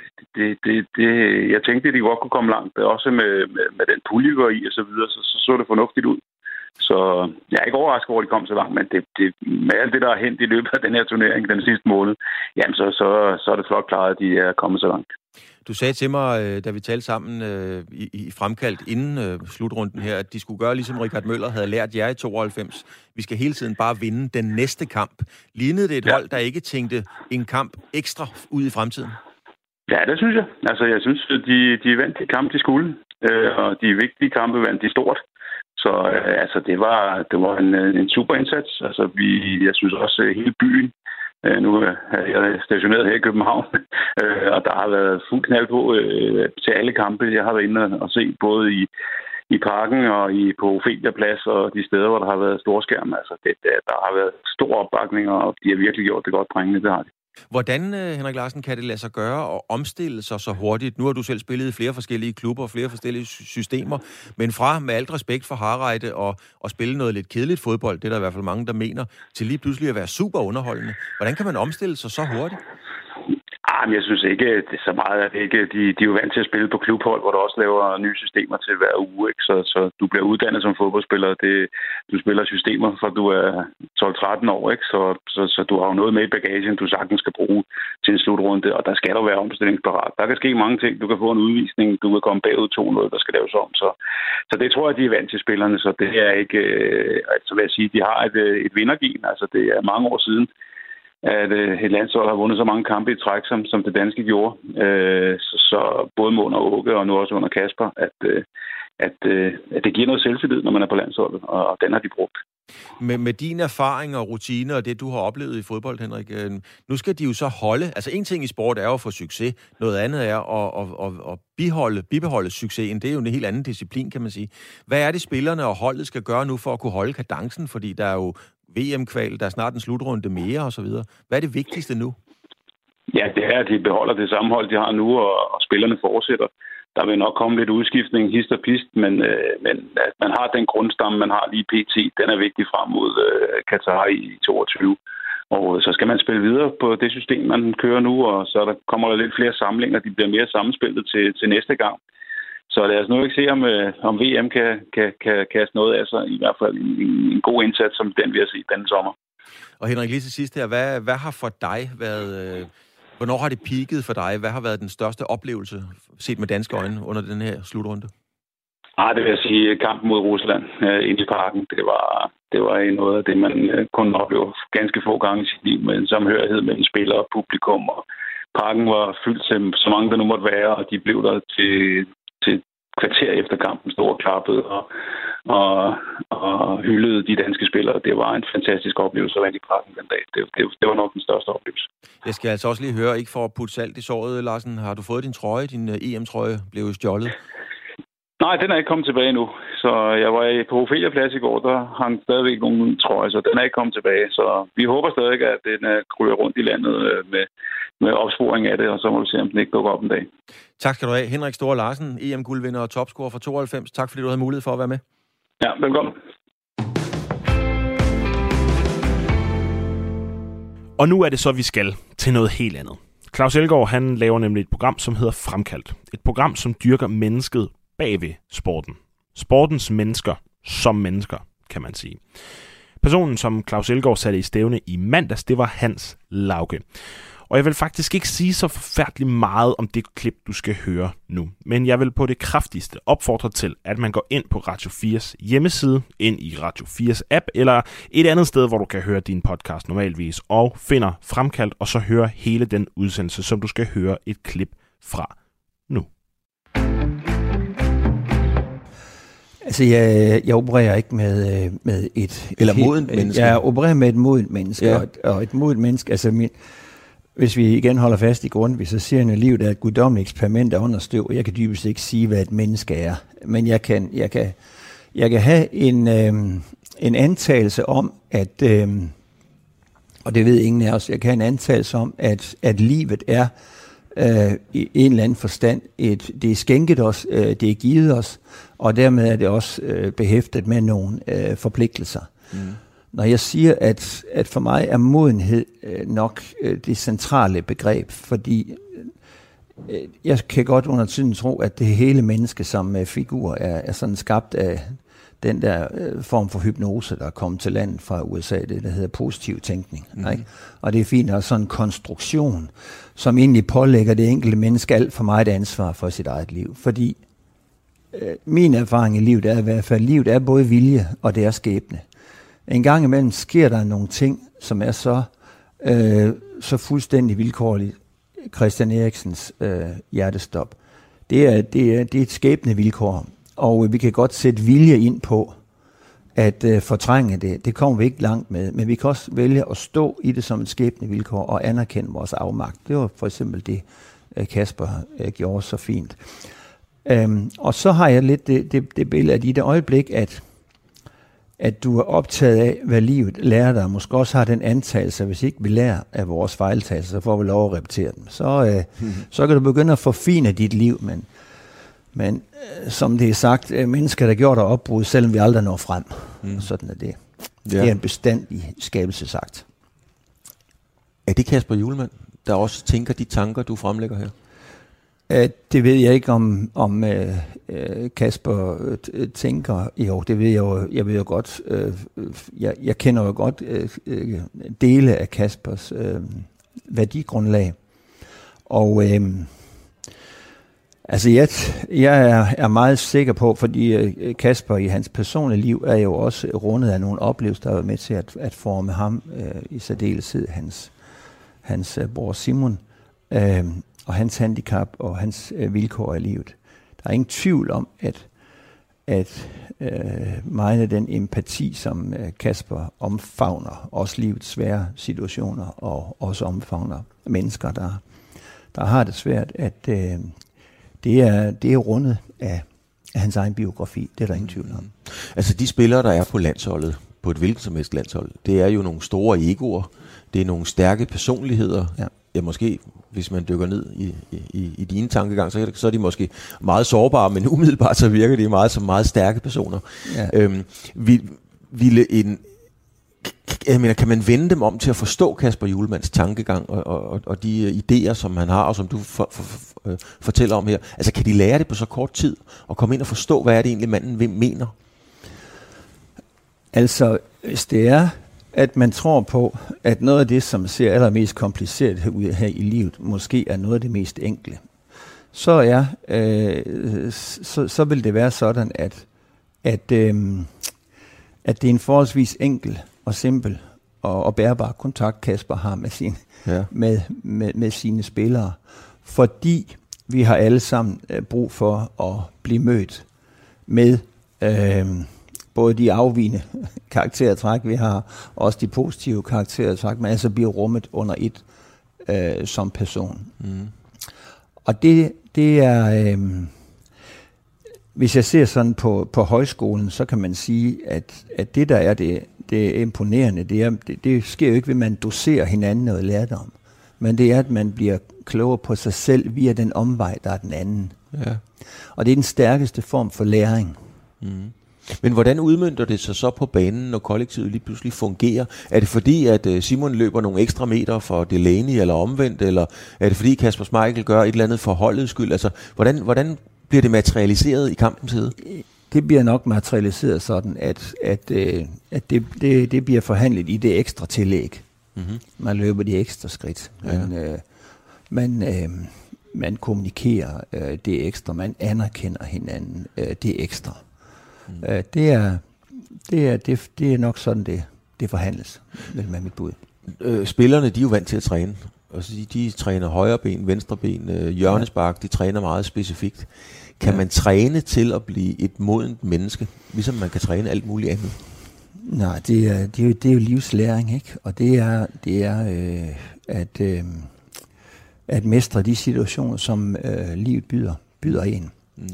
jeg tænkte, at de godt kunne komme langt, også med den pulje, vi var i, og så videre, så det fornuftigt ud. Så jeg er ikke overrasket over, at de kom så langt, men med alt det, der er hent i løbet af den her turnering den sidste måned, jamen så er det flot klaret, at de er kommet så langt. Du sagde til mig, da vi talte sammen i fremkaldt inden slutrunden her, at de skulle gøre, ligesom Richard Møller havde lært jer i 92. Vi skal hele tiden bare vinde den næste kamp. Lignede det et hold, der ikke tænkte en kamp ekstra ud i fremtiden? Ja, det synes jeg. Altså, jeg synes, at de vandt de kampe, de skulle, og de vigtige kampe vandt de stort. Så det var en super indsats. Altså, jeg synes også, hele byen. Nu er jeg stationeret her i København, og der har været fuld knald på til alle kampe. Jeg har været inde og se både i parken og på Ophelia-plads og de steder, hvor der har været storskærm. Altså, der har været stor opbakning, og de har virkelig gjort det godt, drengene. Det har de. Hvordan, Henrik Larsen, kan det lade sig gøre at omstille sig så hurtigt? Nu har du selv spillet i flere forskellige klubber og flere forskellige systemer, men fra, med alt respekt for Harreide, og spille noget lidt kedeligt fodbold, det er der i hvert fald mange, der mener, til lige pludselig at være super underholdende. Hvordan kan man omstille sig så hurtigt? Men jeg synes ikke, det er så meget, at ikke, de er jo vant til at spille på klubhold, hvor du også laver nye systemer til hver uge, ikke? Så du bliver uddannet som fodboldspiller. Du spiller systemer, fra du er 12-13 år, ikke? Så du har jo noget med i bagagen, du sagtens skal bruge til en slutrunde, og der skal du være omstillingsparat. Der kan ske mange ting. Du kan få en udvisning, du kan komme bagud 2-0, der skal laves om. Så det tror jeg, de er vant til spillerne, så det er ikke... Så vil jeg sige, de har et vindergen. Altså, det er mange år siden, at et landshold har vundet så mange kampe i træk, som det danske gjorde. Så både under Åke og nu også under Kasper, at det giver noget selvtillid, når man er på landsholdet, og den har de brugt. Med din erfaring og rutine og det, du har oplevet i fodbold, Henrik, nu skal de jo så holde... Altså, en ting i sport er jo at få succes, noget andet er at bibeholde succesen. Det er jo en helt anden disciplin, kan man sige. Hvad er det, spillerne og holdet skal gøre nu for at kunne holde kadencen? Fordi der er jo VM-kval, der er snart en slutrunde mere og så videre. Hvad er det vigtigste nu? Ja, det er, at de beholder det sammenhold, de har nu, og spillerne fortsætter. Der vil nok komme lidt udskiftning, hist og pist, men at man har den grundstamme, man har lige pt., den er vigtig frem mod Qatar i 22. Og så skal man spille videre på det system, man kører nu, og så kommer der lidt flere samlinger, de bliver mere sammenspillet til næste gang. Så lad os nu ikke se, om VM kan kaste noget af sig, i hvert fald en god indsats, som den vi har set denne sommer. Og Henrik, lige til sidst her, hvad har for dig været... Hvornår har det peaket for dig? Hvad har været den største oplevelse, set med danske øjne, under den her slutrunde? Det vil jeg sige, kampen mod Rusland inde i parken. Det var noget af det, man kun oplever ganske få gange i sit liv, med en samhørighed mellem spillere og publikum. Og parken var fyldt til så mange, der nu måtte være, og de blev der til kvarter efter kampen, stod og klappede og hyldede de danske spillere. Det var en fantastisk oplevelse at være i parken den dag. Det var nok den største oplevelse. Jeg skal altså også lige høre, ikke for at putte salt i såret, Larsen, har du fået din trøje? Din EM-trøje blev jo stjålet. Nej, den er ikke kommet tilbage nu. Så jeg var på Ophelia Plads i går, der hang stadigvæk nogle trøjer, så den er ikke kommet tilbage. Så vi håber stadig, at den kryger rundt i landet med opsporing af det, og så må vi se, om den ikke dukker op en dag. Tak skal du have. Henrik Store Larsen, EM-guldvinder og topscorer for 92. Tak fordi du havde mulighed for at være med. Ja, velkommen. Og nu er det så, vi skal til noget helt andet. Claus Elgaard, han laver nemlig et program, som hedder Fremkaldt. Et program, som dyrker mennesket bagved sporten. Sportens mennesker som mennesker, kan man sige. Personen, som Claus Elgaard satte i stævne i mandags, det var Hans Lauke. Og jeg vil faktisk ikke sige så forfærdeligt meget om det klip, du skal høre nu. Men jeg vil på det kraftigste opfordre til, at man går ind på Radio 4's hjemmeside, ind i Radio 4's app, eller et andet sted, hvor du kan høre din podcast normalvis, og finder Fremkaldt, og så høre hele den udsendelse, som du skal høre et klip fra nu. Altså, jeg opererer ikke med et... Eller modent menneske. Jeg opererer med et modent menneske, ja. Og et modent menneske, altså hvis vi igen holder fast i Grundtvig, så siger han, at livet er et guddommeligt eksperiment af understøv, og jeg kan dybest ikke sige, hvad et menneske er. Men jeg kan have en antagelse om, at, og det ved ingen af os, jeg kan have en antagelse om, at livet er i en eller anden forstand, det er skænket os, det er givet os, og dermed er det også behæftet med nogle forpligtelser. Mm. Når jeg siger, at for mig er modenhed nok det centrale begreb, fordi jeg kan godt under tiden tro, at det hele menneske som figur er sådan skabt af den der form for hypnose, der er kommet til landet fra USA, det der hedder positiv tænkning. Mm. Ikke? Og det er fint, at der er sådan en konstruktion, som egentlig pålægger det enkelte menneske alt for meget ansvar for sit eget liv. Fordi min erfaring i livet er i hvert fald, at livet er både vilje og det er skæbne. En gang imellem sker der nogle ting, som er så fuldstændig vilkårligt. Christian Eriksens hjertestop. Det er et skæbne vilkår, og vi kan godt sætte vilje ind på at fortrænge det. Det kommer vi ikke langt med, men vi kan også vælge at stå i det som et skæbne vilkår og anerkende vores afmagt. Det var for eksempel det, Kasper gjorde så fint. Og så har jeg lidt det billede af i det øjeblik, at at du er optaget af, hvad livet lærer dig, måske også har den antagelse, at hvis ikke vi lærer af vores fejltagelser, så får vi lov at repetere dem. Så kan du begynde at forfine dit liv, men som det er sagt, mennesker, der gjorde dig opbrud, selvom vi aldrig når frem. Sådan er det. Det er en bestandig skabelsesakt. Er det Kasper Hjulmand, der også tænker de tanker, du fremlægger her? Det ved jeg ikke, om Kasper tænker. Jo, det ved jeg jo. Jeg ved jo godt. Jeg kender jo godt dele af Kaspers værdigrundlag. Og altså jeg er meget sikker på, fordi Kasper i hans personlige liv er jo også rundet af nogle oplevelser, der er med til at forme ham, i særdeleshed hans bror Simon, og hans handicap og hans vilkår i livet. Der er ingen tvivl om, at meget af den empati, som Kasper omfavner, også livets svære situationer, og også omfavner mennesker, der har det svært, at det er rundet af hans egen biografi. Det er der ingen tvivl om. Altså de spillere, der er på landsholdet, på et hvilket som helst landshold, det er jo nogle store egoer, det er nogle stærke personligheder. Ja, måske, hvis man dykker ned i dine tankegang, så er de måske meget sårbare, men umiddelbart så virker de meget som meget stærke personer. Ja. Kan man vende dem om til at forstå Kasper Hjulmands tankegang og de idéer, som han har, og som du fortæller om her? Altså, kan de lære det på så kort tid, og komme ind og forstå, hvad er det egentlig, manden mener? Altså, hvis det er, at man tror på, at noget af det, som ser allermest kompliceret ud her i livet, måske er noget af det mest enkle, så vil det være sådan, at det er en forholdsvis enkel og simpel og bærbar kontakt, Kasper har med sine spillere, fordi vi har alle sammen brug for at blive mødt med både de afvigende karaktertræk, vi har, og også de positive karaktertræk, men altså bliver rummet under et som person. Og det er, hvis jeg ser sådan på højskolen, så kan man sige, at det der er det imponerende, det sker jo ikke ved, at man doserer hinanden noget lærdom, men det er, at man bliver klogere på sig selv via den omvej, der er den anden. Ja. Og det er den stærkeste form for læring. Men hvordan udmønter det sig så på banen, når kollektivet lige pludselig fungerer? Er det fordi, at Simon løber nogle ekstra meter for Delaney eller omvendt, eller er det fordi Kasper Schmeichel gør et eller andet for holdets skyld? Altså, hvordan bliver det materialiseret i kampens hede? Det bliver nok materialiseret sådan, at det bliver forhandlet i det ekstra tillæg. Man løber de ekstra skridt. Man kommunikerer det ekstra, man anerkender hinanden det ekstra. Det er nok sådan, det forhandles med mit bud. Spillerne, de er jo vant til at træne. Altså, de træner højre ben, venstre ben, hjørnespark, de træner meget specifikt. Kan man træne til at blive et modent menneske, ligesom man kan træne alt muligt andet? Nej, det er jo livslæring, ikke? Og det er at mestre de situationer, som livet byder ind.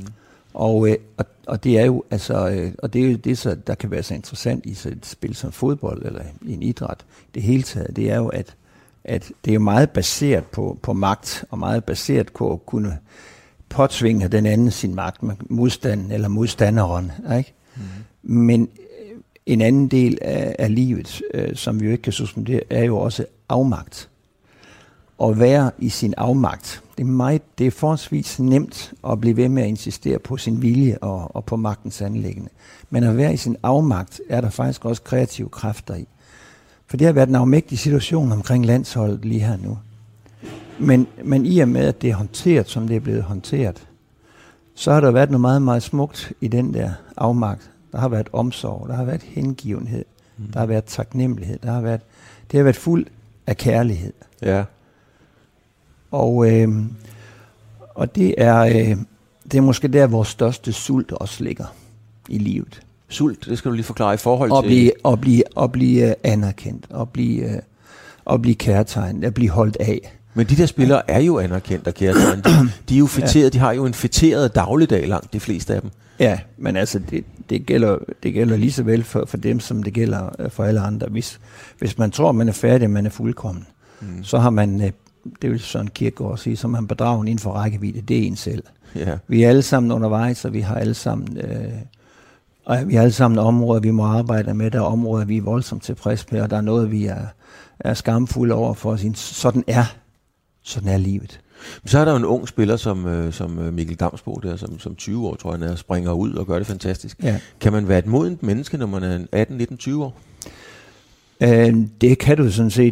Og det er jo og det er jo det, så der kan være så interessant i så et spil som fodbold eller i en idræt. Det hele taget, det er jo at det er jo meget baseret på magt og meget baseret på at kunne påtvinge den anden sin magt med modstanden eller modstanderen, ikke? Men en anden del af livet, som vi jo ikke kan suspendere, er jo også afmagt. At være i sin afmagt. Det er forholdsvis nemt at blive ved med at insistere på sin vilje og på magtens anliggende. Men at være i sin afmagt, er der faktisk også kreative kræfter i. For det har været en afmægtig situation omkring landsholdet lige her nu. Men i og med, at det er håndteret, som det er blevet håndteret, så har der været noget meget, meget smukt i den der afmagt. Der har været omsorg, der har været hengivenhed, der har været taknemmelighed, det har været fuld af kærlighed. Ja. Og det er måske der, vores største sult også ligger i livet. Sult, det skal du lige forklare i forhold til... At blive anerkendt, at blive kærtegnet, at blive holdt af. Men de der spillere er jo anerkendt, og kære. De er jo fætteret, de har jo en fætteret dagligdag langt, de fleste af dem. Ja, men altså, det gælder lige så vel for dem, som det gælder for alle andre. Hvis man tror, man er færdig, man er fuldkommen, så har man, det vil sådan Kierkegaard sige, så har man bedragen inden for rækkevidde. Det er en selv. Ja. Vi er alle sammen undervejs, og vi har alle sammen områder, vi må arbejde med. Der er områder, vi er voldsomt tilfreds med, og der er noget, vi er skamfulde over for at sige, sådan er livet. Så er der jo en ung spiller, som Mikkel Damsbo, der, som 20 år, tror jeg, springer ud og gør det fantastisk. Ja. Kan man være et modent menneske, når man er 18, 19, 20 år? Det kan du sådan set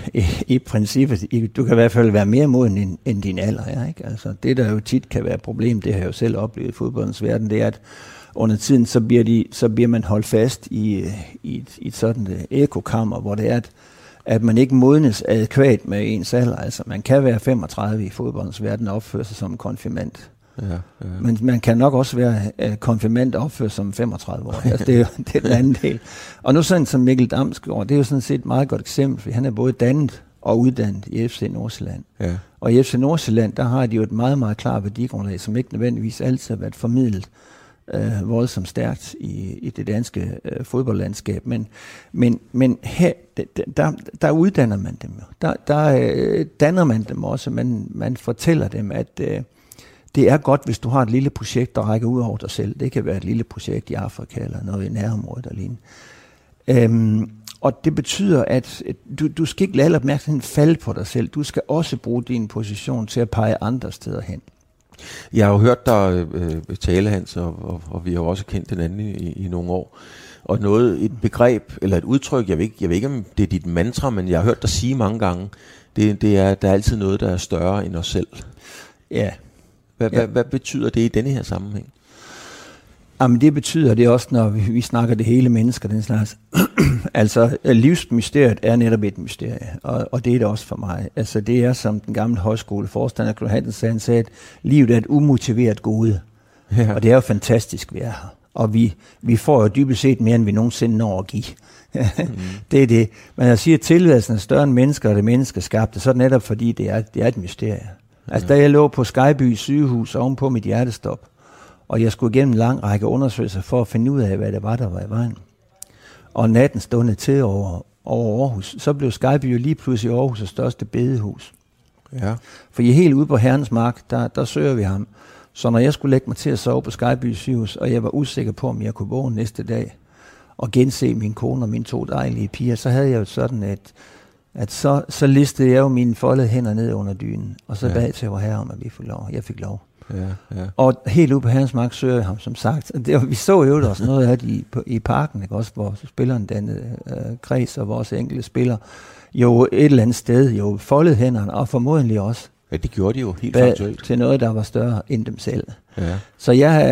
i princippet. Du kan i hvert fald være mere moden end din alder er, ikke? Altså, det, der jo tit kan være et problem, det har jeg jo selv oplevet i fodboldens verden, det er, at under tiden, så bliver man holdt fast i et sådan ekokammer, hvor det er, at man ikke modnes adekvat med ens alder. Altså, man kan være 35 i fodboldens verden og opføre sig som konfirmand. Ja. Men man kan nok også være konfirmand og opføre sig som 35 år. Altså, det er den anden del. Og nu sådan som Mikkel Damsgaard, det er jo sådan set et meget godt eksempel, for han er både dannet og uddannet i FC Nordsjælland. Ja. Og i FC Nordsjælland, der har de jo et meget, meget klart værdigrundlag, som ikke nødvendigvis altid har været formidlet voldsomt stærkt i det danske fodboldlandskab. Men her, der uddanner man dem jo. Der danner man dem også. Man fortæller dem, at det er godt, hvis du har et lille projekt, der rækker ud over dig selv. Det kan være et lille projekt i Afrika eller noget i nærområdet eller lignende. Og det betyder, at du skal ikke lade al opmærksomheden falde på dig selv. Du skal også bruge din position til at pege andre steder hen. Jeg har jo hørt dig tale, Hans, og vi har jo også kendt hinanden i nogle år. Og et begreb, eller et udtryk, jeg ved ikke, om det er dit mantra, men jeg har hørt dig sige mange gange, det er, der er altid noget, der er større end os selv. Ja. Hvad betyder det i denne her sammenhæng? Jamen det betyder det også, når vi snakker det hele mennesker, den slags. Altså livsmysteriet er netop et mysterie, og det er det også for mig. Altså det er som den gamle højskoleforstander Knud Hansen, han sagde, at livet er et umotiveret gode. Ja. Og det er jo fantastisk, vi er her. Og vi får jo dybest set mere, end vi nogensinde når at give. Det er det. Men jeg siger, at tilværelsen er større end mennesker, og det menneskeskabte, så er det netop fordi, det er et mysterie. Altså da jeg lå på Skyby sygehus ovenpå mit hjertestop, og jeg skulle igennem en lang række undersøgelser for at finde ud af, hvad det var, der var i vejen. Og natten stundede til over Aarhus. Så blev Skyby jo lige pludselig Aarhus' største bedehus. Ja. For I er helt ude på Herrens Mark, der søger vi ham. Så når jeg skulle lægge mig til at sove på Skyby sygehus, og jeg var usikker på, om jeg kunne vågne næste dag, og gense min kone og mine 2 dejlige piger, så havde jeg jo sådan, at så listede jeg jo mine foldede hænder ned under dynen, og så bad til vor herre om, at jeg fik lov. Ja. Og helt ude på Herrens Mark søger jeg ham, som sagt. Vi så jo også noget af det i parken, ikke? Også hvor spilleren dannede kreds, og vores enkelte spiller jo et eller andet sted jo foldede hænderne, og formodentlig også. Ja, det gjorde de jo helt faktuelt. Til noget, der var større end dem selv. Ja. Så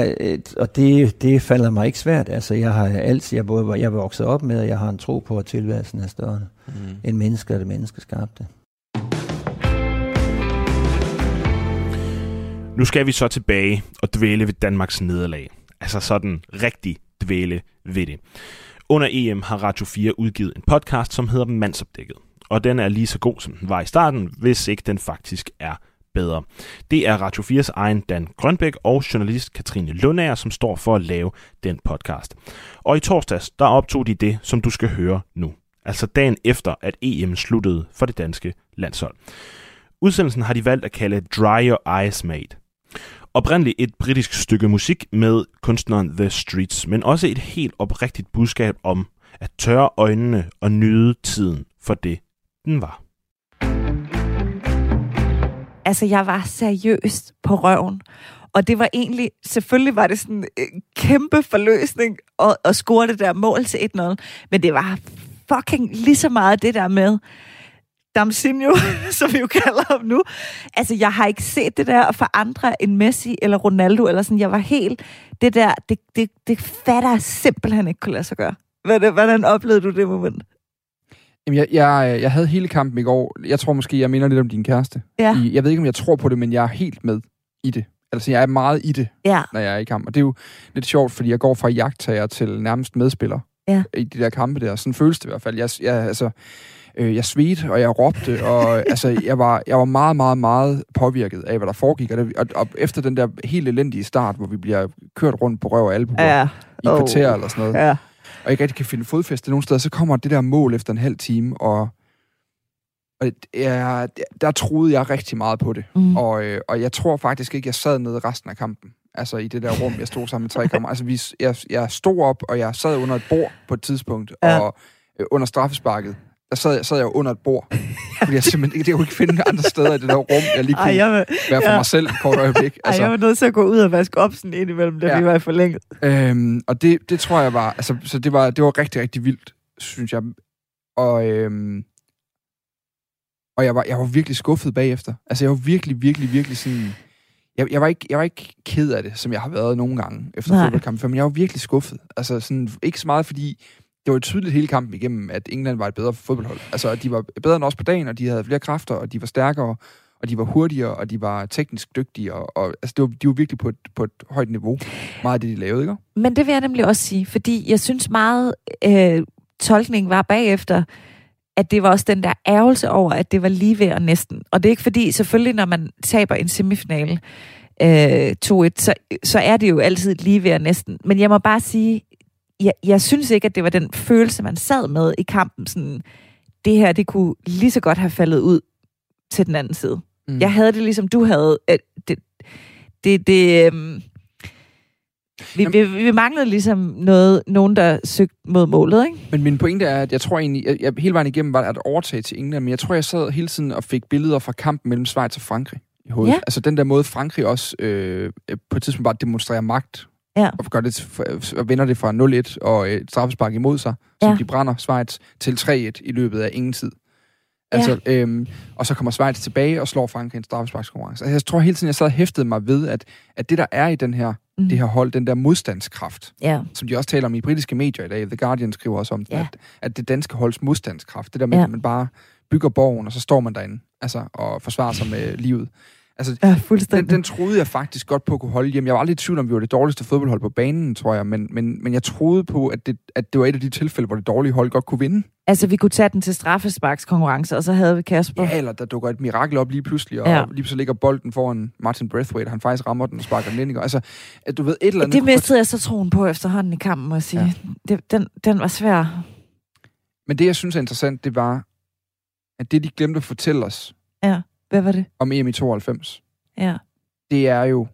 og det falder mig ikke svært. Altså, jeg har altid, jeg er vokset op med, og jeg har en tro på, at tilværelsen er større end mennesker, og det menneskeskabte. Nu skal vi så tilbage og dvæle ved Danmarks nederlag. Altså sådan rigtig dvæle ved det. Under EM har Radio 4 udgivet en podcast, som hedder Mandsopdækket. Og den er lige så god, som den var i starten, hvis ikke den faktisk er bedre. Det er Radio 4's egen Dan Grønbæk og journalist Katrine Lundager, som står for at lave den podcast. Og i torsdags, der optog de det, som du skal høre nu. Altså dagen efter, at EM sluttede for det danske landshold. Udsendelsen har de valgt at kalde Dry Your Eyes Mate. Oprindeligt et britisk stykke musik med kunstneren The Streets, men også et helt oprigtigt budskab om at tørre øjnene og nyde tiden for det, den var. Altså, jeg var seriøst på røven. Og det var egentlig, selvfølgelig var det sådan en kæmpe forløsning at score det der mål til 1-0. Men det var fucking lige så meget det der med Damsinho, som vi jo kalder ham nu. Altså, jeg har ikke set det der for andre end Messi eller Ronaldo, eller sådan. Jeg var helt, det der, det fatter jeg simpelthen ikke kunne lade sig gøre. Hvordan oplevede du det moment? Jamen, jeg havde hele kampen i går. Jeg tror måske, jeg minder lidt om din kæreste. Ja. Jeg ved ikke, om jeg tror på det, men jeg er helt med i det. Altså, jeg er meget i det, når jeg er i kamp. Og det er jo lidt sjovt, fordi jeg går fra jagttager til nærmest medspiller i de der kampe der. Sådan føles det i hvert fald. Jeg svedte, og jeg råbte, og altså, jeg var meget, meget, meget påvirket af, hvad der foregik. Og efter den der helt elendige start, hvor vi bliver kørt rundt på røv og albuer i kvarter eller sådan noget, og ikke rigtig kan finde fodfæste nogen steder, så kommer det der mål efter en halv time, og der troede jeg rigtig meget på det. Og jeg tror faktisk ikke, jeg sad nede resten af kampen. Altså i det der rum, jeg stod sammen med 3 kammerater. Altså jeg stod op, og jeg sad under et bord på et tidspunkt, og under straffesparket, der sad jeg under et bord. Fordi jeg simpelthen ikke kunne finde andre steder i det der rum, jeg lige kunne være for mig selv et kort øjeblik. Altså, jeg var nødt til at gå ud og vaske op sådan ind imellem, da vi var forlænget. Og det tror jeg var, altså, så det var rigtig, rigtig vildt, synes jeg. Og jeg var virkelig skuffet bagefter. Altså jeg var virkelig, virkelig, virkelig sådan... Jeg var ikke ked af det, som jeg har været nogle gange efter fodboldkampen, men jeg var virkelig skuffet. Altså sådan, ikke så meget, fordi det var tydeligt hele kampen igennem, at England var et bedre fodboldhold. Altså, de var bedre end os på dagen, og de havde flere kræfter, og de var stærkere, og de var hurtigere, og de var teknisk dygtige, og altså, de var virkelig på et højt niveau. Meget af det, de lavede, ikke? Men det vil jeg nemlig også sige, fordi jeg synes meget, tolkningen var bagefter, at det var også den der ærgelse over, at det var lige ved og næsten. Og det er ikke fordi, selvfølgelig, når man taber en semifinale 2-1, så er det jo altid lige ved og næsten. Men jeg må bare sige, jeg synes ikke, at det var den følelse, man sad med i kampen. Sådan, det her, det kunne lige så godt have faldet ud til den anden side. Jeg havde det ligesom du havde. Vi manglede ligesom nogen, der søgte mod målet, ikke? Men min pointe er, at jeg tror egentlig, jeg hele vejen igennem var at overtage til England, men jeg tror, jeg sad hele tiden og fik billeder fra kampen mellem Schweiz og Frankrig i hovedet. Ja. Altså den der måde, Frankrig også på et tidspunkt bare demonstrerer magt, og gør det, og vender det fra 0-1 og et straffespark imod sig, som de brænder Schweiz til 3-1 i løbet af ingen tid. Altså, og så kommer Schweiz tilbage og slår Frankrig en straffesparkskonkurrence. Altså, jeg tror hele tiden, jeg sad og hæftede mig ved, at det der er i det her hold, den der modstandskraft, som de også taler om i britiske medier i dag, The Guardian skriver også om, at det danske holds modstandskraft, det der med, at man bare bygger borgen, og så står man derinde, altså, og forsvarer sig med livet. Altså, den troede jeg faktisk godt på at kunne holde hjem. Jeg var aldrig i tvivl om, vi var det dårligste fodboldhold på banen, tror jeg, men jeg troede på, at det var et af de tilfælde, hvor det dårlige hold godt kunne vinde. Altså, vi kunne tage den til straffesparkskonkurrence, og så havde vi Kasper. Ja, eller der dukker et mirakel op lige pludselig, og lige pludselig ligger bolden foran Martin Braithwaite, han faktisk rammer den og sparker den ind. Altså, du ved, et eller andet... Det mistede jeg så troen på efterhånden i kampen, må jeg sige. Ja. Den var svær. Men det, jeg synes er interessant, det var, at det, de glemte at fortælle os... Ja. Hvad var det? Om EM i 92. Ja. Det er jo,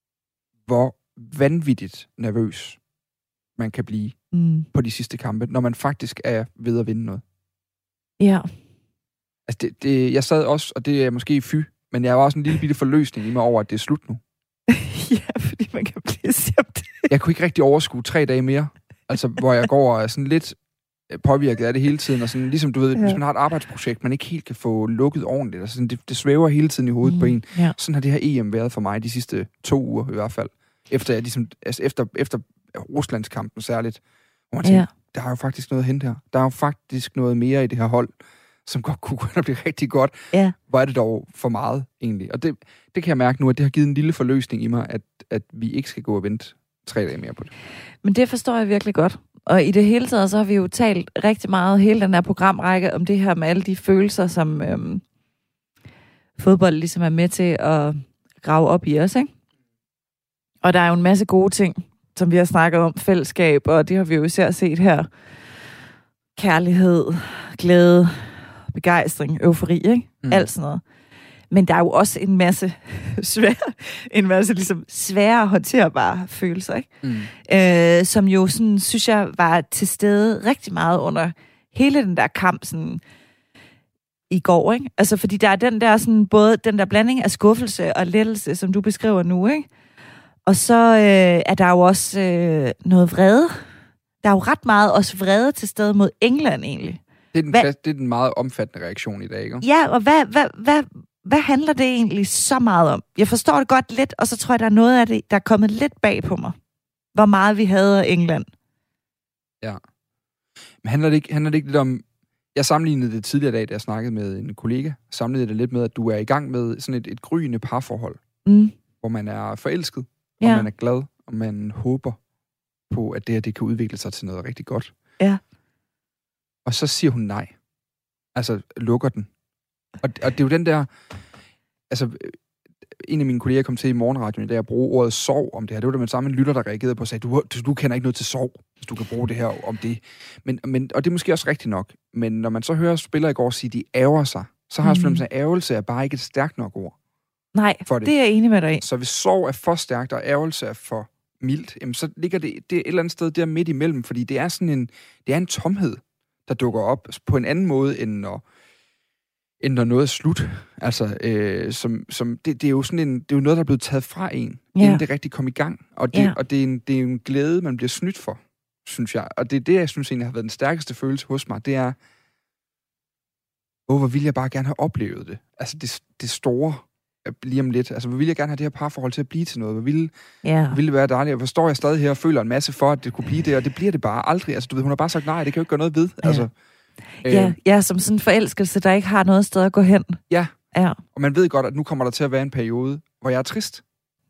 hvor vanvittigt nervøs man kan blive på de sidste kampe, når man faktisk er ved at vinde noget. Ja. Altså, jeg sad også, og det er måske men jeg var også en lille bitte forløsning i mig over, at det er slut nu. Ja, fordi man kan blive simpelthen... Jeg kunne ikke rigtig overskue 3 dage mere, altså, hvor jeg går og er sådan lidt påvirket af det hele tiden, og sådan, ligesom du ved, hvis man har et arbejdsprojekt, man ikke helt kan få lukket ordentligt, altså sådan, det svæver hele tiden i hovedet på en. Ja. Sådan har det her EM været for mig de sidste 2 uger i hvert fald. Efter jeg ligesom, altså efter Ruslandskampen særligt, hvor man tænker, der er jo faktisk noget at hente her. Der er jo faktisk noget mere i det her hold, som godt kunne blive rigtig godt. Ja. Hvor er det dog for meget, egentlig? Og det kan jeg mærke nu, at det har givet en lille forløsning i mig, at vi ikke skal gå og vente 3 dage mere på det. Men det forstår jeg virkelig godt. Og i det hele taget, så har vi jo talt rigtig meget, hele den her programrække, om det her med alle de følelser, som fodbold ligesom er med til at grave op i os, ikke? Og der er jo en masse gode ting, som vi har snakket om, fællesskab, og det har vi jo især set her. Kærlighed, glæde, begejstring, eufori, ikke? Alt sådan noget. Men der er jo også en masse ligesom svære håndterbare følelser, ikke? Som jo sådan, synes jeg, var til stede rigtig meget under hele den der kamp sådan, i går, ikke? Altså, fordi der er den der sådan, både den der blanding af skuffelse og lettelse, som du beskriver nu, ikke? Og så er der jo også noget vrede. Der er jo ret meget også vrede til stede mod England, egentlig. Det er den meget omfattende reaktion i dag, ikke? Ja, og hvad handler det egentlig så meget om? Jeg forstår det godt lidt, og så tror jeg, der er noget af det, der er kommet lidt bag på mig. Hvor meget vi hader England. Ja. Men handler det ikke lidt om... Jeg sammenlignede det tidligere dag, da jeg snakkede med en kollega. Sammenlignede det lidt med, at du er i gang med sådan et gryende parforhold. Hvor man er forelsket, og man er glad, og man håber på, at det kan udvikle sig til noget rigtig godt. Ja. Og så siger hun nej. Altså, lukker den. Og det er jo den der... Altså, en af mine kolleger kom til i morgenradioen, da jeg brugte ordet sov om det her. Det var der med samme lytter, der reagerede på og sagde, du kender ikke noget til sov, hvis du kan bruge det her om det. Og det er måske også rigtigt nok. Men når man så hører spillere i går sige, de ærger sig, så har jeg fornemmelsen af, ærgelse er bare ikke et stærkt nok ord. Nej, det er jeg enig med dig i. Så hvis sorg er for stærkt, og ærgelse er for mildt, jamen så ligger det et eller andet sted der midt imellem, fordi det er en tomhed, der dukker op på en anden måde, end når noget er slut. Altså, det er jo sådan det er jo noget, der er blevet taget fra en, inden det rigtig kom i gang. Og det er en glæde, man bliver snydt for, synes jeg. Og det er det, jeg synes egentlig har været den stærkeste følelse hos mig, det er, hvor ville jeg bare gerne have oplevet det. Altså det store, lige om lidt. Altså, hvor ville jeg gerne have det her parforhold til at blive til noget? Hvor ville det være dejligt? Og står jeg stadig her og føler en masse for, at det kunne blive det, og det bliver det bare aldrig. Altså, du ved, hun har bare sagt nej, det kan jo ikke gøre noget ved. Altså, som sådan en forelskelse, der ikke har noget sted at gå hen. Ja, og man ved godt, at nu kommer der til at være en periode, hvor jeg er trist.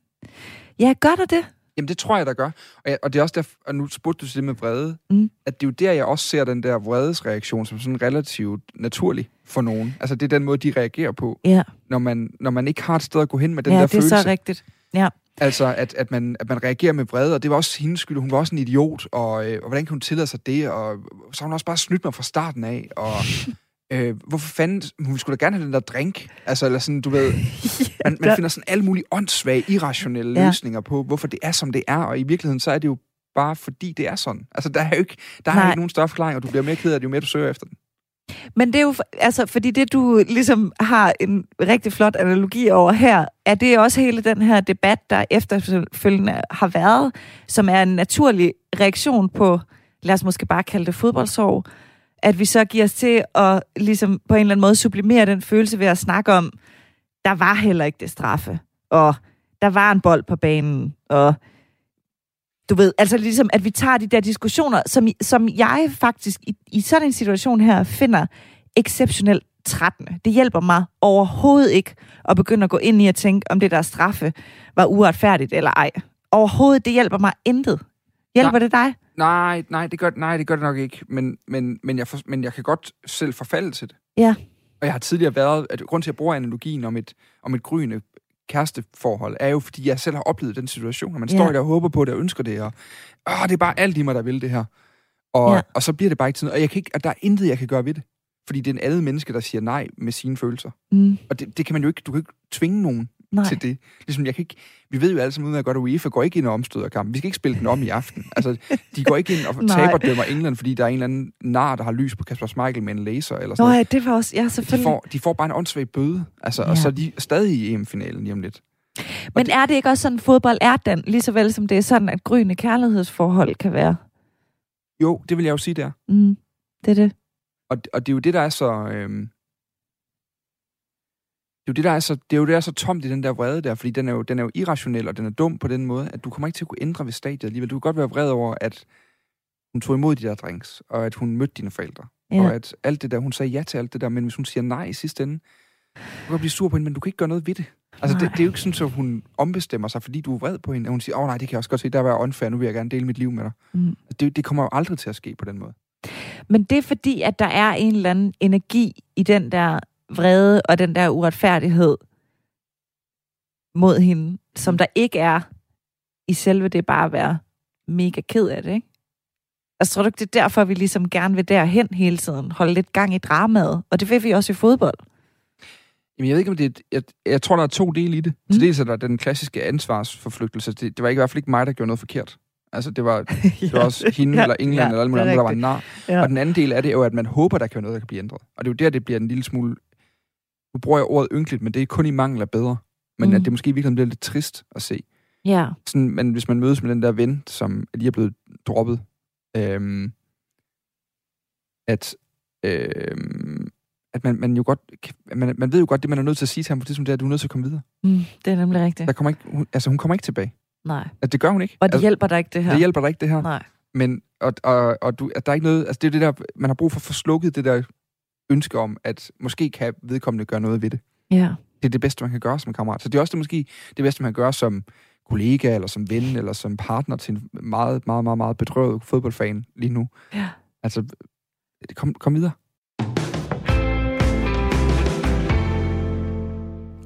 Ja, gør der det? Jamen, det tror jeg, der gør. Og det er også derfor, og nu spurgte du til det med vrede, at det er jo der, jeg også ser den der vredesreaktion som sådan relativt naturlig for nogen. Altså, det er den måde, de reagerer på, når man ikke har et sted at gå hen med den der følelse. Ja, det er så rigtigt. Ja. Altså, at man reagerer med vrede, og det var også hendes skyld. Hun var også en idiot, og hvordan kan hun tillade sig det? Og så har hun også bare snydt mig fra starten af, og hvorfor fanden... Hun skulle da gerne have den der drink. Altså, eller sådan, du ved... Man finder sådan alle mulige åndssvage, irrationelle løsninger på, hvorfor det er, som det er, og i virkeligheden, så er det jo bare fordi, det er sådan. Altså, der er jo ikke nogen større forklaring, og du bliver mere ked af det, jo mere du søger efter den. Men det er jo, altså, fordi det, du ligesom har en rigtig flot analogi over her, er det også hele den her debat, der efterfølgende har været, som er en naturlig reaktion på, lad os måske bare kalde det fodboldsorg, at vi så giver os til at ligesom på en eller anden måde sublimere den følelse ved at snakke om, der var heller ikke det straffe, og der var en bold på banen, og du ved, altså ligesom, at vi tager de der diskussioner, som jeg faktisk i sådan en situation her finder exceptionelt trættende. Det hjælper mig overhovedet ikke at begynde at gå ind i at tænke, om det der straffe var uretfærdigt eller ej. Overhovedet, det hjælper mig intet. Hjælper det dig? Nej, det gør det nok ikke. Men jeg kan godt selv forfalde til det. Ja. Og jeg har tidligere været, at grund til at bruge analogien om et gryende kæresteforhold, er jo, fordi jeg selv har oplevet den situation, og man står der og håber på det og ønsker det, og det er bare alt i mig, der vil det her. Og så bliver det bare ikke sådan, og der er intet, jeg kan gøre ved det. Fordi det er en andet menneske, der siger nej med sine følelser. Og det kan man jo ikke, du kan ikke tvinge nogen til det. Ligesom vi ved jo alle sammen uden at godt, at UEFA går ikke ind og omstøder kampen. Vi skal ikke spille den om i aften. Altså, de går ikke ind og taberdømmer England, fordi der er en eller anden nar, der har lys på Kasper Schmeichel med en laser eller sådan noget. Det var også, selvfølgelig. De får bare en åndssvag bøde. Altså, og så er de stadig i EM-finalen lige om lidt. Men er det ikke også sådan, fodbold er den, lige så vel som det er sådan, at gryende kærlighedsforhold kan være? Jo, det vil jeg jo sige, det er. Det er det. Og det er jo det, der er så... Det er jo det, der er så tomt i den der vrede der, fordi den er jo irrationel, og den er dum på den måde, at du kommer ikke til at kunne ændre ved stadiet alligevel. Du kan godt være vred over, at hun tog imod de der drinks, og at hun mødte dine forældre, og at alt det der, hun sagde ja til alt det der, men hvis hun siger nej i sidste ende, du kan blive sur på hende, men du kan ikke gøre noget ved det. Altså, det er jo ikke sådan, at hun ombestemmer sig, fordi du er vred på hende, og hun siger, nej, det kan jeg også godt se, der var jeg unfair, nu vil jeg gerne dele mit liv med dig. Det kommer jo aldrig til at ske på den måde. Men det er fordi, at der er en eller anden energi i den der vrede og den der uretfærdighed mod hende, som der ikke er i selve det bare at være mega ked af det, ikke? Altså, tror du ikke, det er derfor, vi ligesom gerne vil derhen hele tiden, holde lidt gang i dramaet, og det vil vi også i fodbold? Jamen, jeg ved ikke, om det er... Jeg tror, der er 2 dele i det. Til dels er der den klassiske ansvarsforflygtelse. Det var i hvert fald ikke mig, der gjorde noget forkert. Altså, det var også hende eller England eller alle mulige andre, der var en nar. Ja. Og den anden del af det er jo, at man håber, der kan være noget, der kan blive ændret. Og det er jo der, det bliver en lille smule... Nu bruger jeg ordet ynkeligt, men det er kun i mangel af bedre. Men at det måske virkelig bliver lidt trist at se. Ja. Sådan, men hvis man mødes med den der ven, som lige er blevet droppet, at man jo godt... Man ved jo godt, det man er nødt til at sige til ham, for det som det er, at du er nødt til at komme videre. Det er nemlig rigtigt. Hun kommer ikke tilbage. Nej. Altså, det gør hun ikke. Og det hjælper dig ikke, det her. Det hjælper dig ikke, det her. Nej. Men, at der er ikke noget... Altså, det er det der... Man har brug for at få slukket det der ønske om, at måske kan vedkommende gøre noget ved det. Ja. Det er det bedste, man kan gøre som kammerat. Så det er også måske det bedste, man kan gøre som kollega, eller som ven, eller som partner til en meget, meget, meget, meget bedrøvet fodboldfan lige nu. Ja. Altså, kom videre.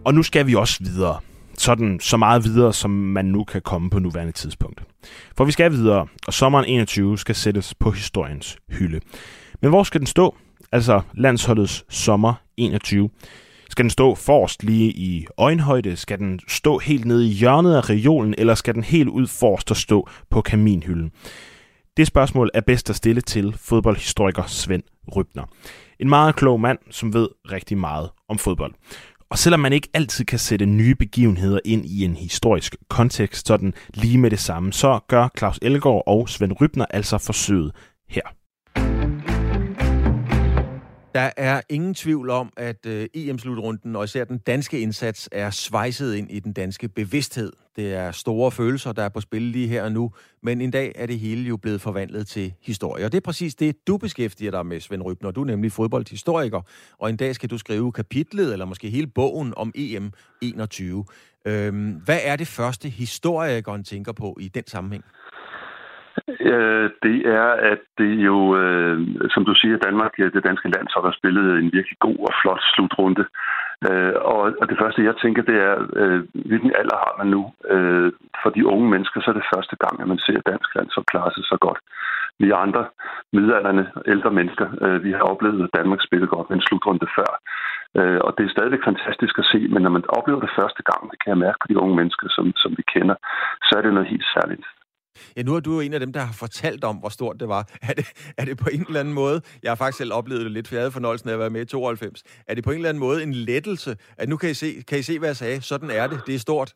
Og nu skal vi også videre. Sådan så meget videre, som man nu kan komme på nuværende tidspunkt. For vi skal videre, og sommeren 21 skal sættes på historiens hylde. Men hvor skal den stå? Altså landsholdets sommer 21. Skal den stå forrest lige i øjenhøjde? Skal den stå helt nede i hjørnet af reolen? Eller skal den helt ud forrest og stå på kaminhylden? Det spørgsmål er bedst at stille til fodboldhistoriker Svend Rybner. En meget klog mand, som ved rigtig meget om fodbold. Og selvom man ikke altid kan sætte nye begivenheder ind i en historisk kontekst, sådan lige med det samme, så gør Claus Elgaard og Svend Rybner altså forsøget her. Der er ingen tvivl om, at EM-slutrunden og især den danske indsats er svejset ind i den danske bevidsthed. Det er store følelser, der er på spil lige her og nu, men en dag er det hele jo blevet forvandlet til historie. Og det er præcis det, du beskæftiger dig med, Svend Rybner. Du er nemlig fodboldhistoriker, og en dag skal du skrive kapitlet, eller måske hele bogen om EM 21. Hvad er det første, historikeren tænker på i den sammenhæng? Det er, at det jo, som du siger, Danmark, det danske landshold har spillet en virkelig god og flot slutrunde. Og det første, jeg tænker, det er, hvilken alder har man nu? For de unge mennesker, så er det første gang, at man ser dansk landshold klare sig så godt. Vi andre midaldrende, ældre mennesker, vi har oplevet, at Danmark spillede godt med en slutrunde før. Og det er stadigvæk fantastisk at se, men når man oplever det første gang, det kan jeg mærke på de unge mennesker, som vi kender, så er det noget helt særligt. Ja, nu er du jo en af dem, der har fortalt om, hvor stort det var. Er det på en eller anden måde, jeg har faktisk selv oplevet det lidt, for jeg havde fornøjelsen af at være med i 92, er det på en eller anden måde en lettelse, at nu kan I se, hvad jeg sagde, sådan er det er stort?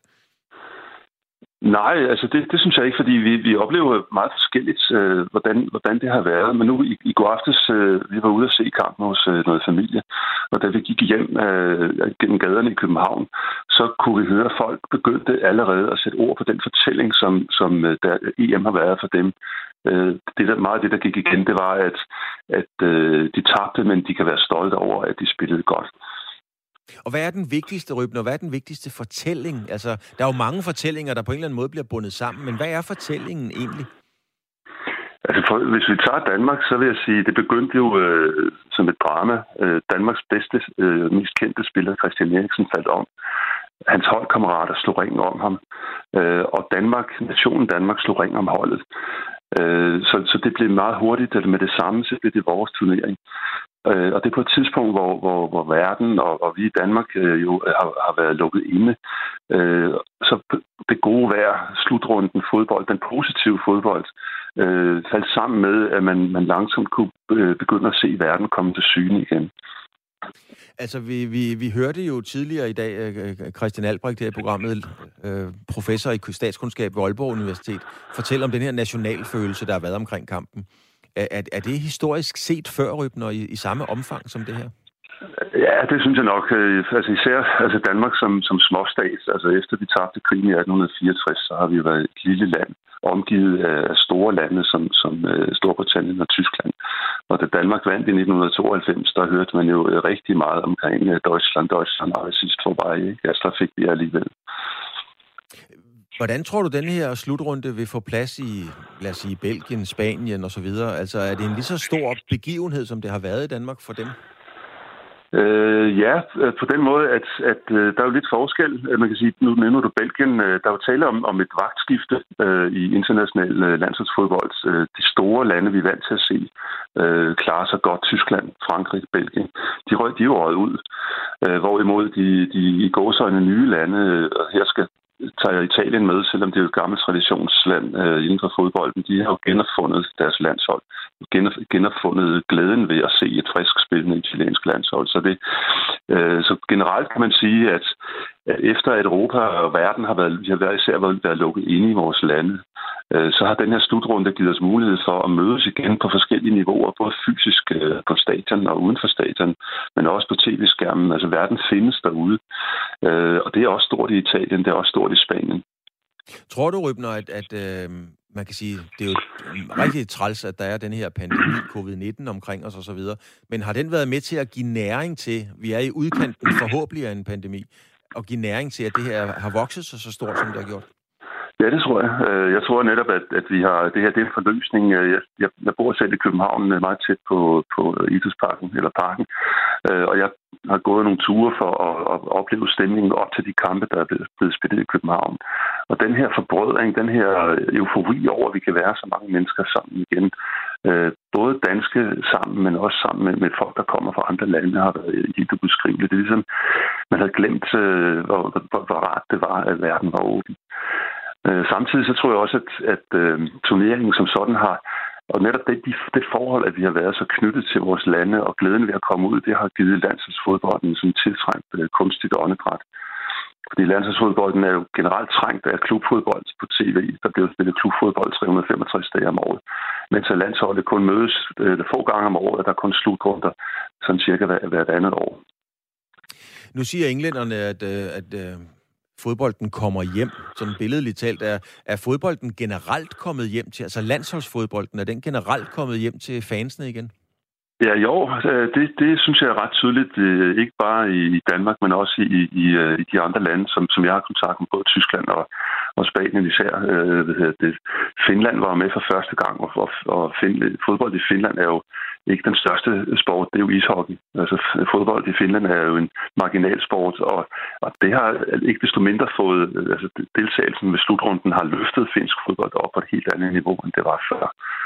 Nej, altså det synes jeg ikke, fordi vi oplever meget forskelligt, hvordan det har været. Men nu i går aftes, vi var ude at se kampen hos noget familie, og da vi gik hjem gennem gaderne i København, så kunne vi høre, at folk begyndte allerede at sætte ord på den fortælling, som der EM har været for dem. Meget af det, der gik igen, det var, at de tabte, men de kan være stolte over, at de spillede godt. Og hvad er den vigtigste, Rybner? Hvad er den vigtigste fortælling? Altså, der er jo mange fortællinger, der på en eller anden måde bliver bundet sammen, men hvad er fortællingen egentlig? Altså, hvis vi tager Danmark, så vil jeg sige, det begyndte jo som et drama. Danmarks bedste, mest kendte spiller, Christian Eriksen, faldt om. Hans holdkammerater slog ring om ham. Og nationen Danmark slog ring om holdet. Så det blev meget hurtigt, at med det samme, så blev det vores turnering. Og det er på et tidspunkt, hvor verden og vi i Danmark jo har været lukket inde. Så det gode vejr, slutrunden fodbold, den positive fodbold, faldt sammen med, at man langsomt kunne begynde at se verden komme til syne igen. Altså, vi hørte jo tidligere i dag Christian Albrecht her i programmet, professor i statskundskab ved Aalborg Universitet, fortælle om den her nationalfølelse, der har været omkring kampen. Er det historisk set før, Rybner, i samme omfang som det her? Ja, det synes jeg nok. Altså især Danmark som småstat. Altså efter vi tabte krigen i 1864, så har vi været et lille land, omgivet af store lande som Storbritannien og Tyskland. Og da Danmark vandt i 1992, der hørte man jo rigtig meget omkring Deutschland og sidst vorbei. Altså der fik vi alligevel. Hvordan tror du, den her slutrunde vil få plads i, lad os sige, Belgien, Spanien og så videre? Altså, er det en lige så stor begivenhed, som det har været i Danmark for dem? Ja, på den måde, at der er jo lidt forskel. Man kan sige, nu nævner du Belgien, der er jo tale om et vagtskifte i international landsholdsfodbold. De store lande, vi er vant til at se, klarer sig godt. Tyskland, Frankrig, Belgien. De er jo røget ud. Hvorimod de i gåseøjne nye lande, her tager Italien med, selvom det er et gammelt traditionsland inden for fodbolden. De har jo genopfundet deres landshold. Genopfundet glæden ved at se et frisk spillende italiensk landshold. Så generelt kan man sige, at efter at Europa og verden har været lukket inde i vores lande, så har den her slutrunde givet os mulighed for at mødes igen på forskellige niveauer, både fysisk på stadion og uden for stadion, men også på tv-skærmen. Altså verden findes derude, og det er også stort i Italien, det er også stort i Spanien. Tror du, Rybner, at man kan sige, det er jo rigtig træls, at der er den her pandemi, covid-19 omkring os og så videre, men har den været med til at give næring til, vi er i udkanten forhåbentlig af en pandemi, og give næring til, at det her har vokset sig så stort, som det har gjort? Ja, det tror jeg. Jeg tror netop, at vi har det her, det er en forløsning. Jeg bor selv i København, meget tæt på Idrætsparken, eller parken. Og jeg har gået nogle ture for at opleve stemningen op til de kampe, der er blevet spillet i København. Og den her forbrødring, den her eufori over, at vi kan være så mange mennesker sammen igen, både danske sammen, men også sammen med folk, der kommer fra andre lande, har været helt ubeskriveligt. Det er ligesom, man havde glemt, hvor rart det var, at verden var åben. Samtidig så tror jeg også, at turneringen som sådan har, og netop det forhold, at vi har været så knyttet til vores lande, og glæden ved at komme ud, det har givet landsholdsfodbolden sådan tiltrængt kunstigt åndedræt. Fordi landsholdsfodbolden er jo generelt trængt af klubfodbold på tv. Der bliver spillet klubfodbold 365 dage om året. Mens landsholdet kun mødes få gange om året, og der er kun slutrunder sådan cirka hvert andet år. Nu siger englænderne, at fodbolden kommer hjem, sådan billedligt talt. Er fodbolden generelt kommet hjem til, altså landsholdsfodbolden, er den generelt kommet hjem til fansene igen? Ja, jo, det synes jeg er ret tydeligt, ikke bare i Danmark, men også i de andre lande, som jeg har kontakt med, både Tyskland og Spanien især. Finland var med for første gang, og fodbold i Finland er jo ikke den største sport, det er jo ishockey. Altså fodbold i Finland er jo en marginalsport, og det har ikke desto mindre fået, altså deltagelsen ved slutrunden har løftet finsk fodbold op på et helt andet niveau, end det var før.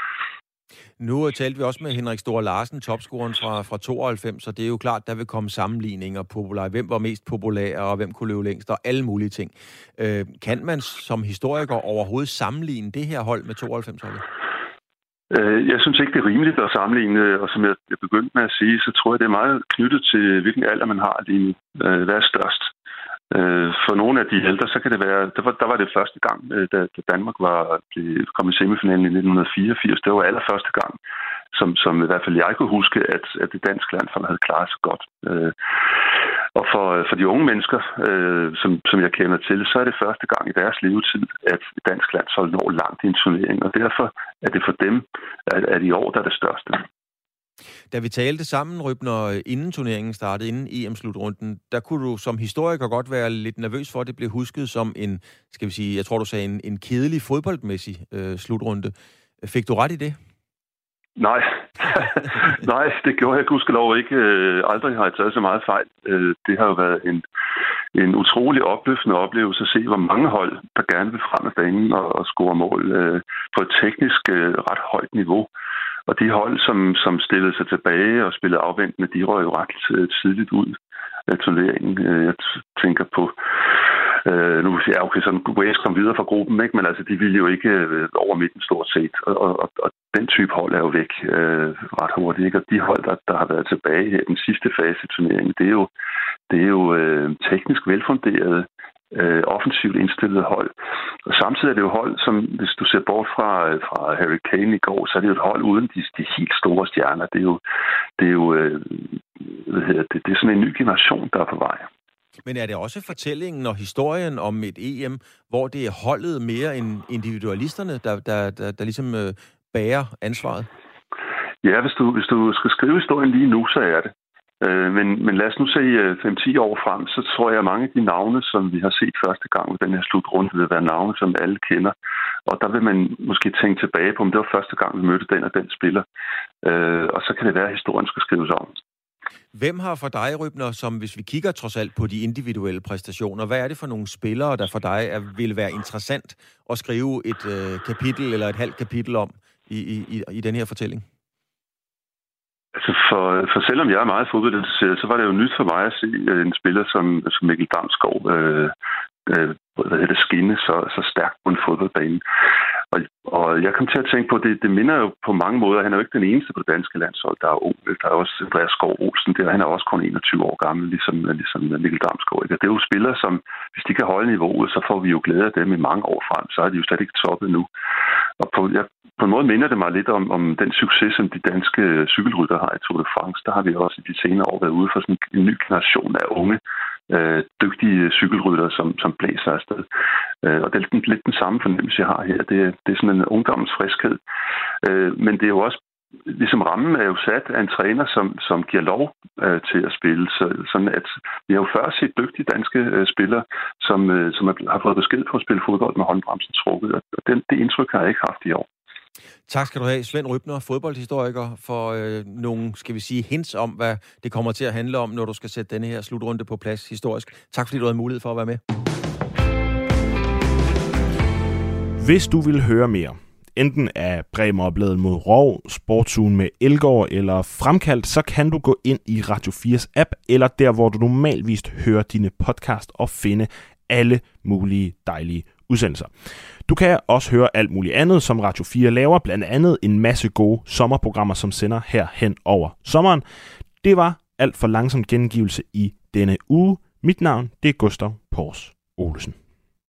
Nu talte vi også med Henrik Store Larsen, topscoreren fra 92, så det er jo klart, der vil komme sammenligninger populær. Hvem var mest populær, og hvem kunne løbe længst, og alle mulige ting. Kan man som historiker overhovedet sammenligne det her hold med 92-holdet? Jeg synes ikke, det er rimeligt at sammenligne, og som jeg begyndte med at sige, så tror jeg, det er meget knyttet til, hvilken alder man har lige nu. Hvad er størst? For nogle af de ældre, så kan det være, der var det første gang, da Danmark kom i semifinalen i 1984. Det var allerførste gang, som i hvert fald jeg kunne huske, at det danske landshold havde klaret sig godt. Og for de unge mennesker, som jeg kender til, så er det første gang i deres levetid, at dansk landshold når langt i en turnering. Og derfor er det for dem, at i år der er det største. Da vi talte sammen, Rybner, inden turneringen startede, inden EM-slutrunden, der kunne du som historiker godt være lidt nervøs for, at det blev husket som en, skal vi sige, jeg tror du sagde, en kedelig fodboldmæssig slutrunde. Fik du ret i det? Nej. Nej, det gjorde jeg gudskelov ikke. Aldrig har jeg taget så meget fejl. Det har jo været en utrolig opløftende oplevelse at se, hvor mange hold, der gerne vil frem af banen og score mål på et teknisk ret højt niveau. Og de hold, som stillede sig tilbage og spillede afventende, de røg jo ret tidligt ud af turneringen. Jeg tænker på, nu vil jeg sige, okay, sådan Wales kom videre fra gruppen, ikke? Men altså, de ville jo ikke over midten stort set. Og den type hold er jo væk ret hurtigt, ikke? Og de hold, der har været tilbage her i den sidste fase i turneringen, det er jo teknisk velfunderet, offensivt indstillet hold. Og samtidig er det jo hold, som hvis du ser bort fra Harry Kane i går, så er det jo et hold uden de helt store stjerner. Det er sådan en ny generation, der er på vej. Men er det også fortællingen og historien om et EM, hvor det er holdet mere end individualisterne, der ligesom bærer ansvaret? Ja, hvis du skal skrive historien lige nu, så er det. Men lad os nu se 5-10 år frem, så tror jeg, at mange af de navne, som vi har set første gang ved den her slutrunde, vil være navne, som alle kender. Og der vil man måske tænke tilbage på, om det var første gang, vi mødte den og den spiller. Og så kan det være, at historien skal skrives om. Hvem har for dig, Rybner, som hvis vi kigger trods alt på de individuelle præstationer, hvad er det for nogle spillere, der for dig vil være interessant at skrive et kapitel eller et halvt kapitel om i den her fortælling? Altså for selvom jeg er meget fodboldinteresseret, så var det jo nyt for mig at se en spiller som Mikkel Damsgaard skinne så stærkt på en fodboldbane. Og jeg kom til at tænke på, det minder jo på mange måder, han er jo ikke den eneste på det danske landshold, der er ung. Der er også Andreas Skov Olsen, han er også kun 21 år gammel, ligesom Mikkel Damsgaard. Det er jo spillere, som hvis de kan holde niveauet, så får vi jo glæde af dem i mange år frem. Så er de jo slet ikke toppet nu. Og på en måde minder det mig lidt om den succes, som de danske cykelrytter har i Tour de France. Der har vi også i de senere år været ude for sådan en ny generation af unge, dygtige cykelrytter, som blæser afsted. Og det er lidt den samme fornemmelse, jeg har her. Det er sådan en ungdommens friskhed. Men det er jo også ligesom rammen er jo sat af en træner, som giver lov til at spille. Sådan at vi har jo før set dygtige danske spillere, som har fået besked på at spille fodbold med håndbremsen trukket. Og det indtryk har jeg ikke haft i år. Tak skal du have, Svend Rybner, fodboldhistoriker, for nogle, skal vi sige, hints om, hvad det kommer til at handle om, når du skal sætte denne her slutrunde på plads historisk. Tak fordi du havde mulighed for at være med. Hvis du vil høre mere, enten af Bremer-oplaget mod Rov, Sportsugen med Elgård eller Fremkaldt, så kan du gå ind i Radio 4's app, eller der, hvor du normalvist hører dine podcast og finde alle mulige dejlige udsendelser. Du kan også høre alt muligt andet, som Radio 4 laver, blandt andet en masse gode sommerprogrammer, som sender her hen over sommeren. Det var alt for langsom gengivelse i denne uge. Mit navn, det er Gustav Pors Olesen.